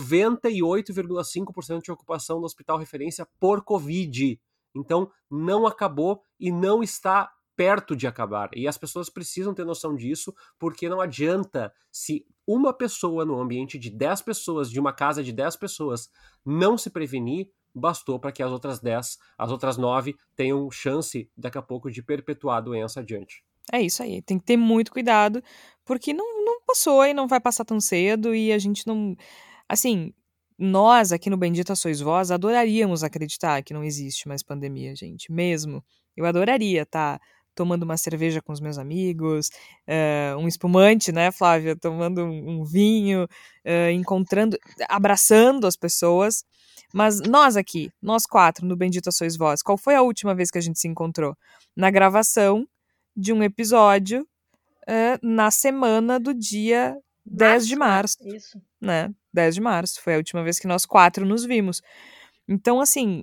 98,5% de ocupação no hospital referência por Covid. Então, não acabou e não está perto de acabar. E as pessoas precisam ter noção disso, porque não adianta se uma pessoa no ambiente de 10 pessoas, de uma casa de 10 pessoas, não se prevenir, bastou para que as outras 10, as outras 9 tenham chance, daqui a pouco, de perpetuar a doença adiante. É isso aí, tem que ter muito cuidado, porque não passou e não vai passar tão cedo e a gente não... Assim, nós aqui no Bendita Sois Vós adoraríamos acreditar que não existe mais pandemia, gente, mesmo. Eu adoraria estar tomando uma cerveja com os meus amigos, um espumante, né, Flávia? Tomando um vinho, encontrando, abraçando as pessoas. Mas nós aqui, nós 4 no Bendita Sois Vós, qual foi a última vez que a gente se encontrou? Na gravação de um episódio na semana do dia 10 de março. Isso. Né? 10 de março. Foi a última vez que nós 4 nos vimos. Então, assim,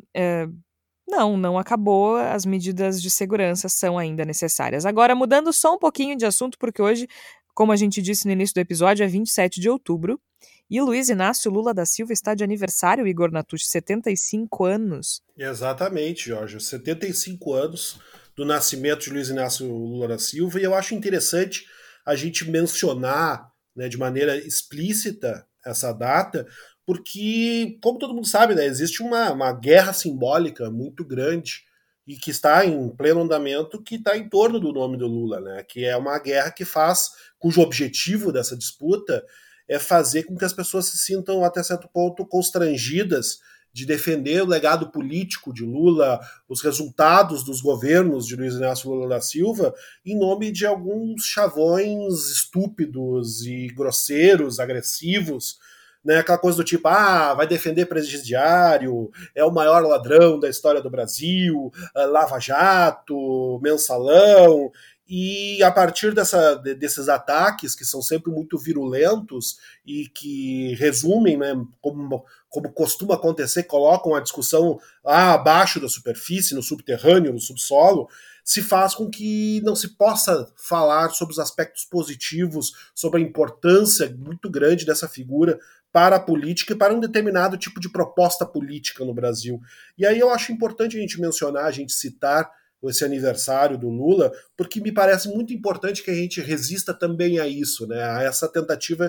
não acabou. As medidas de segurança são ainda necessárias. Agora, mudando só um pouquinho de assunto, porque hoje, como a gente disse no início do episódio, é 27 de outubro. E Luiz Inácio Lula da Silva está de aniversário, Igor Natucci, 75 anos. Exatamente, Jorge. 75 anos do nascimento de Luiz Inácio Lula da Silva. E eu acho interessante a gente mencionar, né, de maneira explícita essa data, porque, como todo mundo sabe, né, existe uma guerra simbólica muito grande e que está em pleno andamento, que está em torno do nome do Lula, né, que é uma guerra cujo objetivo dessa disputa é fazer com que as pessoas se sintam, até certo ponto, constrangidas de defender o legado político de Lula, os resultados dos governos de Luiz Inácio Lula da Silva, em nome de alguns chavões estúpidos e grosseiros, agressivos, né? Aquela coisa do tipo, vai defender presidiário, é o maior ladrão da história do Brasil, Lava Jato, mensalão. E a partir desses ataques, que são sempre muito virulentos e que resumem, né, como costuma acontecer, colocam a discussão abaixo da superfície, no subterrâneo, no subsolo, se faz com que não se possa falar sobre os aspectos positivos, sobre a importância muito grande dessa figura para a política e para um determinado tipo de proposta política no Brasil. E aí eu acho importante a gente mencionar, a gente citar esse aniversário do Lula, porque me parece muito importante que a gente resista também a isso, né? A essa tentativa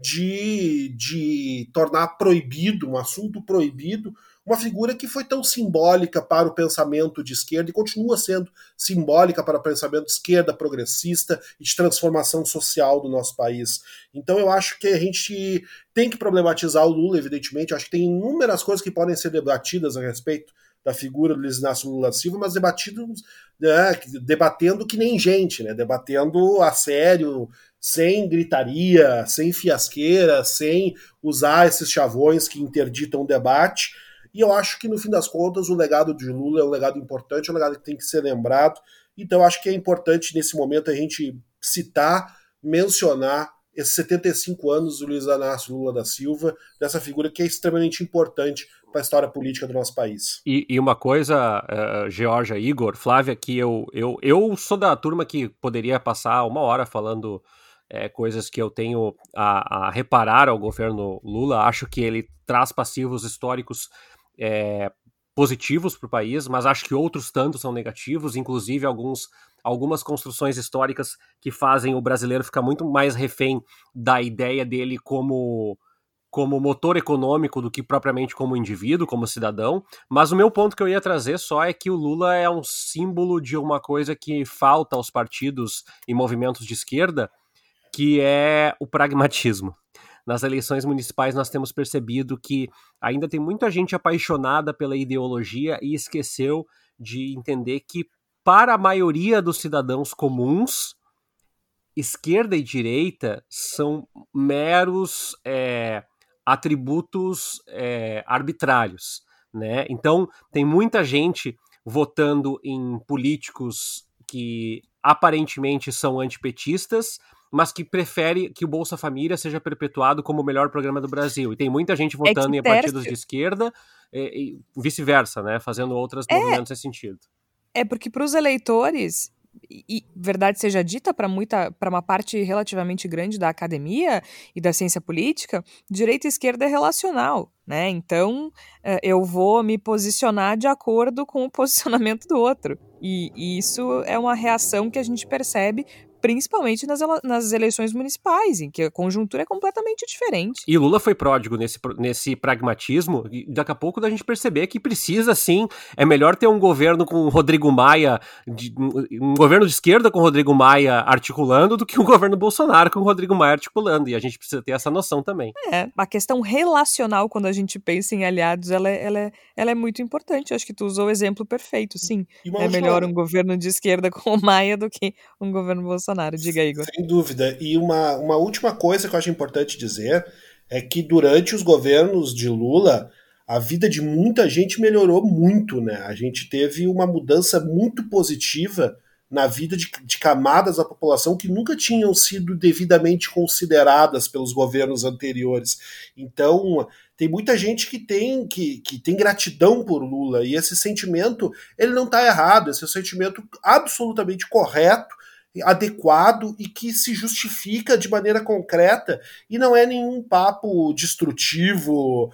de tornar proibido, um assunto proibido, uma figura que foi tão simbólica para o pensamento de esquerda e continua sendo simbólica para o pensamento de esquerda, progressista e de transformação social do nosso país. Então eu acho que a gente tem que problematizar o Lula, evidentemente. Eu acho que tem inúmeras coisas que podem ser debatidas a respeito da figura do Luiz Inácio Lula da Silva, mas debatendo que nem gente, né? Debatendo a sério, sem gritaria, sem fiasqueira, sem usar esses chavões que interditam o debate. E eu acho que, no fim das contas, o legado de Lula é um legado importante, é um legado que tem que ser lembrado. Então, eu acho que é importante, nesse momento, a gente citar, mencionar esses 75 anos do Luiz Inácio Lula da Silva, dessa figura que é extremamente importante para a história política do nosso país. E uma coisa, Georgia, Igor, Flávia, que eu sou da turma que poderia passar uma hora falando coisas que eu tenho a reparar ao governo Lula. Acho que ele traz passivos históricos positivos para o país, mas acho que outros tantos são negativos, inclusive algumas construções históricas que fazem o brasileiro ficar muito mais refém da ideia dele como motor econômico do que propriamente como indivíduo, como cidadão. Mas o meu ponto que eu ia trazer só é que o Lula é um símbolo de uma coisa que falta aos partidos e movimentos de esquerda, que é o pragmatismo. Nas eleições municipais nós temos percebido que ainda tem muita gente apaixonada pela ideologia e esqueceu de entender que, para a maioria dos cidadãos comuns, esquerda e direita são meros atributos arbitrários, né? Então, tem muita gente votando em políticos que aparentemente são antipetistas, mas que prefere que o Bolsa Família seja perpetuado como o melhor programa do Brasil. E tem muita gente votando em partidos de esquerda e vice-versa, né? Fazendo outros movimentos nesse sentido. Porque para os eleitores, e verdade seja dita, para uma parte relativamente grande da academia e da ciência política, direita e esquerda é relacional, né? Então, eu vou me posicionar de acordo com o posicionamento do outro. E isso é uma reação que a gente percebe principalmente nas eleições municipais, em que a conjuntura é completamente diferente. E Lula foi pródigo nesse pragmatismo, e daqui a pouco da gente perceber que precisa sim, é melhor ter um governo com Rodrigo Maia, um governo de esquerda com Rodrigo Maia articulando, do que um governo Bolsonaro com Rodrigo Maia articulando, e a gente precisa ter essa noção também. A questão relacional, quando a gente pensa em aliados, ela é muito importante. Eu acho que tu usou o exemplo perfeito, sim. É melhor um governo de esquerda com o Maia do que um governo Bolsonaro. Diga, Igor. Sem dúvida. E uma última coisa que eu acho importante dizer é que durante os governos de Lula, a vida de muita gente melhorou muito, né? A gente teve uma mudança muito positiva na vida de camadas da população que nunca tinham sido devidamente consideradas pelos governos anteriores. Então, tem muita gente que tem gratidão por Lula, e esse sentimento, ele não está errado, esse é um sentimento absolutamente correto, adequado e que se justifica de maneira concreta, e não é nenhum papo destrutivo,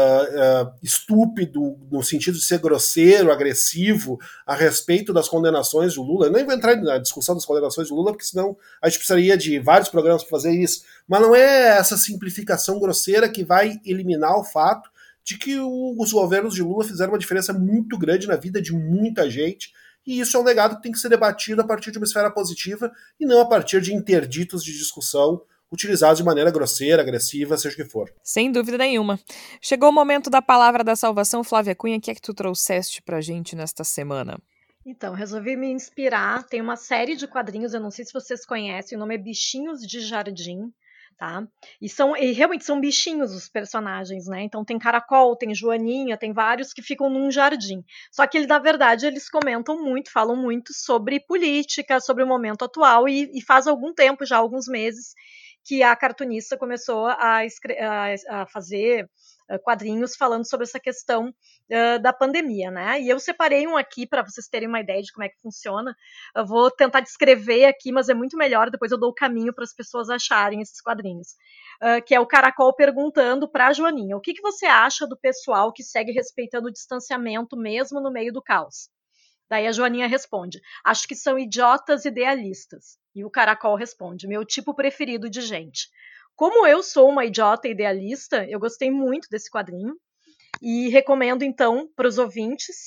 estúpido, no sentido de ser grosseiro, agressivo, a respeito das condenações do Lula. Eu nem vou entrar na discussão das condenações do Lula, porque senão a gente precisaria de vários programas para fazer isso, mas não é essa simplificação grosseira que vai eliminar o fato de que os governos de Lula fizeram uma diferença muito grande na vida de muita gente. E isso é um legado que tem que ser debatido a partir de uma esfera positiva e não a partir de interditos de discussão utilizados de maneira grosseira, agressiva, seja o que for. Sem dúvida nenhuma. Chegou o momento da palavra da salvação. Flávia Cunha, o que é que tu trouxeste pra gente nesta semana? Então, resolvi me inspirar. Tem uma série de quadrinhos, eu não sei se vocês conhecem, o nome é Bichinhos de Jardim. Tá? E realmente são bichinhos os personagens, né? Então tem caracol, tem joaninha, tem vários que ficam num jardim. Só que na verdade eles comentam muito, falam muito sobre política, sobre o momento atual, e faz algum tempo, já alguns meses, que a cartunista começou a fazer quadrinhos falando sobre essa questão da pandemia, né? E eu separei um aqui para vocês terem uma ideia de como é que funciona. Eu vou tentar descrever aqui, mas é muito melhor, depois eu dou o caminho para as pessoas acharem esses quadrinhos. Que é o Caracol perguntando para a Joaninha: o que você acha do pessoal que segue respeitando o distanciamento mesmo no meio do caos? Daí a Joaninha responde: acho que são idiotas idealistas. E o Caracol responde: meu tipo preferido de gente. Como eu sou uma idiota idealista, eu gostei muito desse quadrinho e recomendo então para os ouvintes.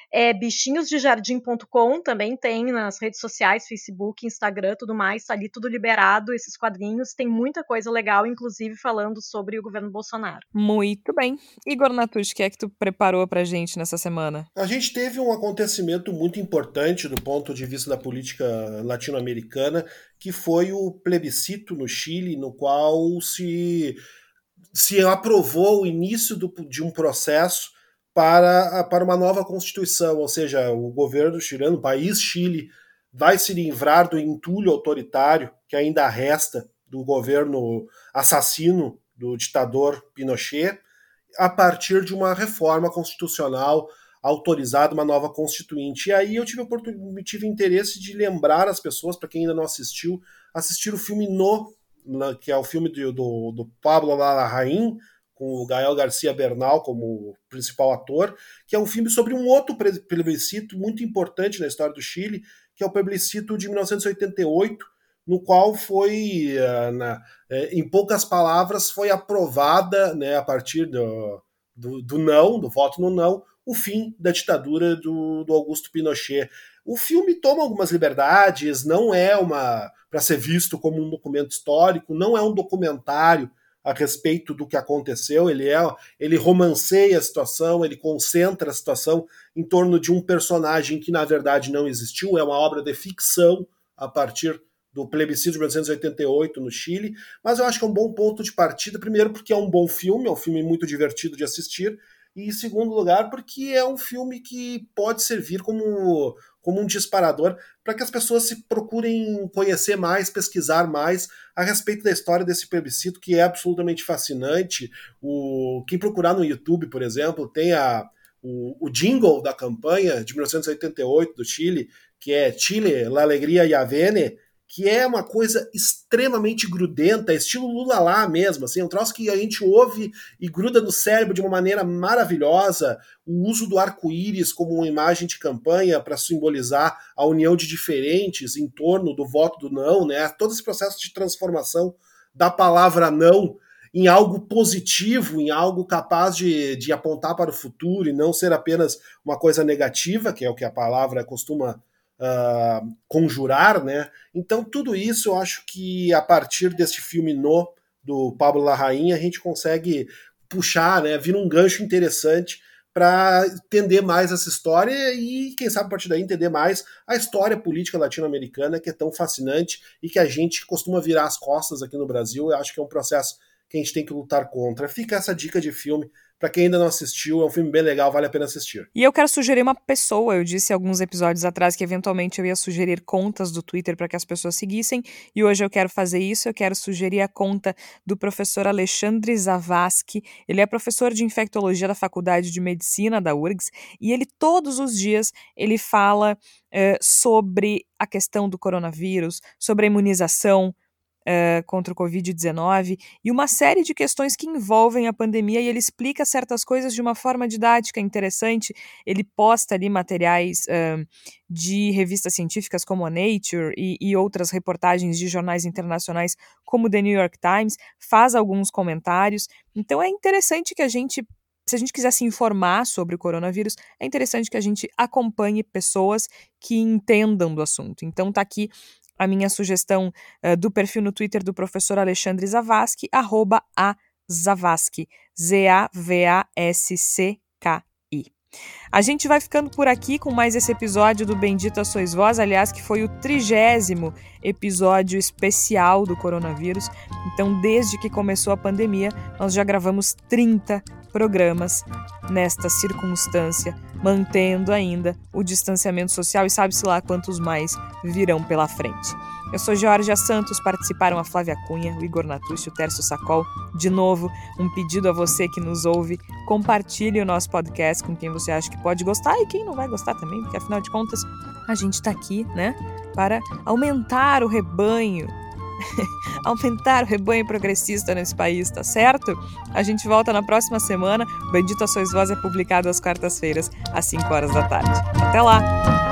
bichinhosdejardim.com, também tem nas redes sociais, Facebook, Instagram, tudo mais, tá ali tudo liberado, esses quadrinhos, tem muita coisa legal, inclusive falando sobre o governo Bolsonaro. Muito bem. Igor Natucci, o que é que tu preparou pra gente nessa semana? A gente teve um acontecimento muito importante do ponto de vista da política latino-americana, que foi o plebiscito no Chile, no qual se aprovou o início de um processo para uma nova Constituição, ou seja, o governo chileno, o país Chile, vai se livrar do entulho autoritário que ainda resta do governo assassino do ditador Pinochet, a partir de uma reforma constitucional autorizada, uma nova constituinte. E aí eu tive interesse de lembrar as pessoas, para quem ainda não assistiu, assistir o filme que é o filme do Pablo Larraín, com o Gael Garcia Bernal como principal ator, que é um filme sobre um outro plebiscito muito importante na história do Chile, que é o plebiscito de 1988, no qual foi, em poucas palavras, foi aprovada, né, a partir do voto no não, o fim da ditadura do Augusto Pinochet. O filme toma algumas liberdades, não é para ser visto como um documento histórico, não é um documentário a respeito do que aconteceu, ele romanceia a situação, ele concentra a situação em torno de um personagem que na verdade não existiu, é uma obra de ficção a partir do plebiscito de 1988 no Chile, mas eu acho que é um bom ponto de partida, primeiro porque é um bom filme, é um filme muito divertido de assistir, e em segundo lugar porque é um filme que pode servir como um disparador para que as pessoas se procurem conhecer mais, pesquisar mais a respeito da história desse plebiscito, que é absolutamente fascinante. Quem procurar no YouTube, por exemplo, tem o jingle da campanha de 1988 do Chile, que é Chile, la alegría ya viene, que é uma coisa extremamente grudenta, estilo Lula lá mesmo, assim, um troço que a gente ouve e gruda no cérebro de uma maneira maravilhosa, o uso do arco-íris como uma imagem de campanha para simbolizar a união de diferentes em torno do voto do não, né? Todo esse processo de transformação da palavra não em algo positivo, em algo capaz de apontar para o futuro e não ser apenas uma coisa negativa, que é o que a palavra costuma conjurar, né? Então tudo isso eu acho que a partir desse filme do Pablo Larraín a gente consegue puxar, né? Vira um gancho interessante para entender mais essa história e quem sabe a partir daí entender mais a história política latino-americana, que é tão fascinante e que a gente costuma virar as costas aqui no Brasil. Eu acho que é um processo que a gente tem que lutar contra. Fica essa dica de filme. Para quem ainda não assistiu, é um filme bem legal, vale a pena assistir. E eu quero sugerir uma pessoa. Eu disse alguns episódios atrás que eventualmente eu ia sugerir contas do Twitter para que as pessoas seguissem, e hoje eu quero fazer isso. Eu quero sugerir a conta do professor Alexandre Zavascki. Ele é professor de infectologia da Faculdade de Medicina da URGS, e ele todos os dias ele fala sobre a questão do coronavírus, sobre a imunização contra o Covid-19 e uma série de questões que envolvem a pandemia, e ele explica certas coisas de uma forma didática interessante. Ele posta ali materiais de revistas científicas como a Nature e outras reportagens de jornais internacionais como o The New York Times, faz alguns comentários. Então é interessante que se a gente quiser se informar sobre o coronavírus, é interessante que a gente acompanhe pessoas que entendam do assunto. Então tá aqui a minha sugestão do perfil no Twitter do professor Alexandre Zavascki, @azavascki, Zavascki. A gente vai ficando por aqui com mais esse episódio do Bendita Sois Vós, aliás, que foi o 30º episódio especial do coronavírus. Então, desde que começou a pandemia, nós já gravamos 30 programas nesta circunstância, mantendo ainda o distanciamento social e sabe-se lá quantos mais virão pela frente. Eu sou Georgia Santos, participaram a Flávia Cunha, o Igor Natucci, o Tércio Sacol. De novo, um pedido a você que nos ouve, compartilhe o nosso podcast com quem você acha que pode gostar e quem não vai gostar também, porque afinal de contas a gente está aqui, né, para aumentar o rebanho, aumentar o rebanho progressista nesse país, tá certo? A gente volta na próxima semana. Bendita Sois Vós é publicado às quartas-feiras, às 5 horas da tarde. Até lá!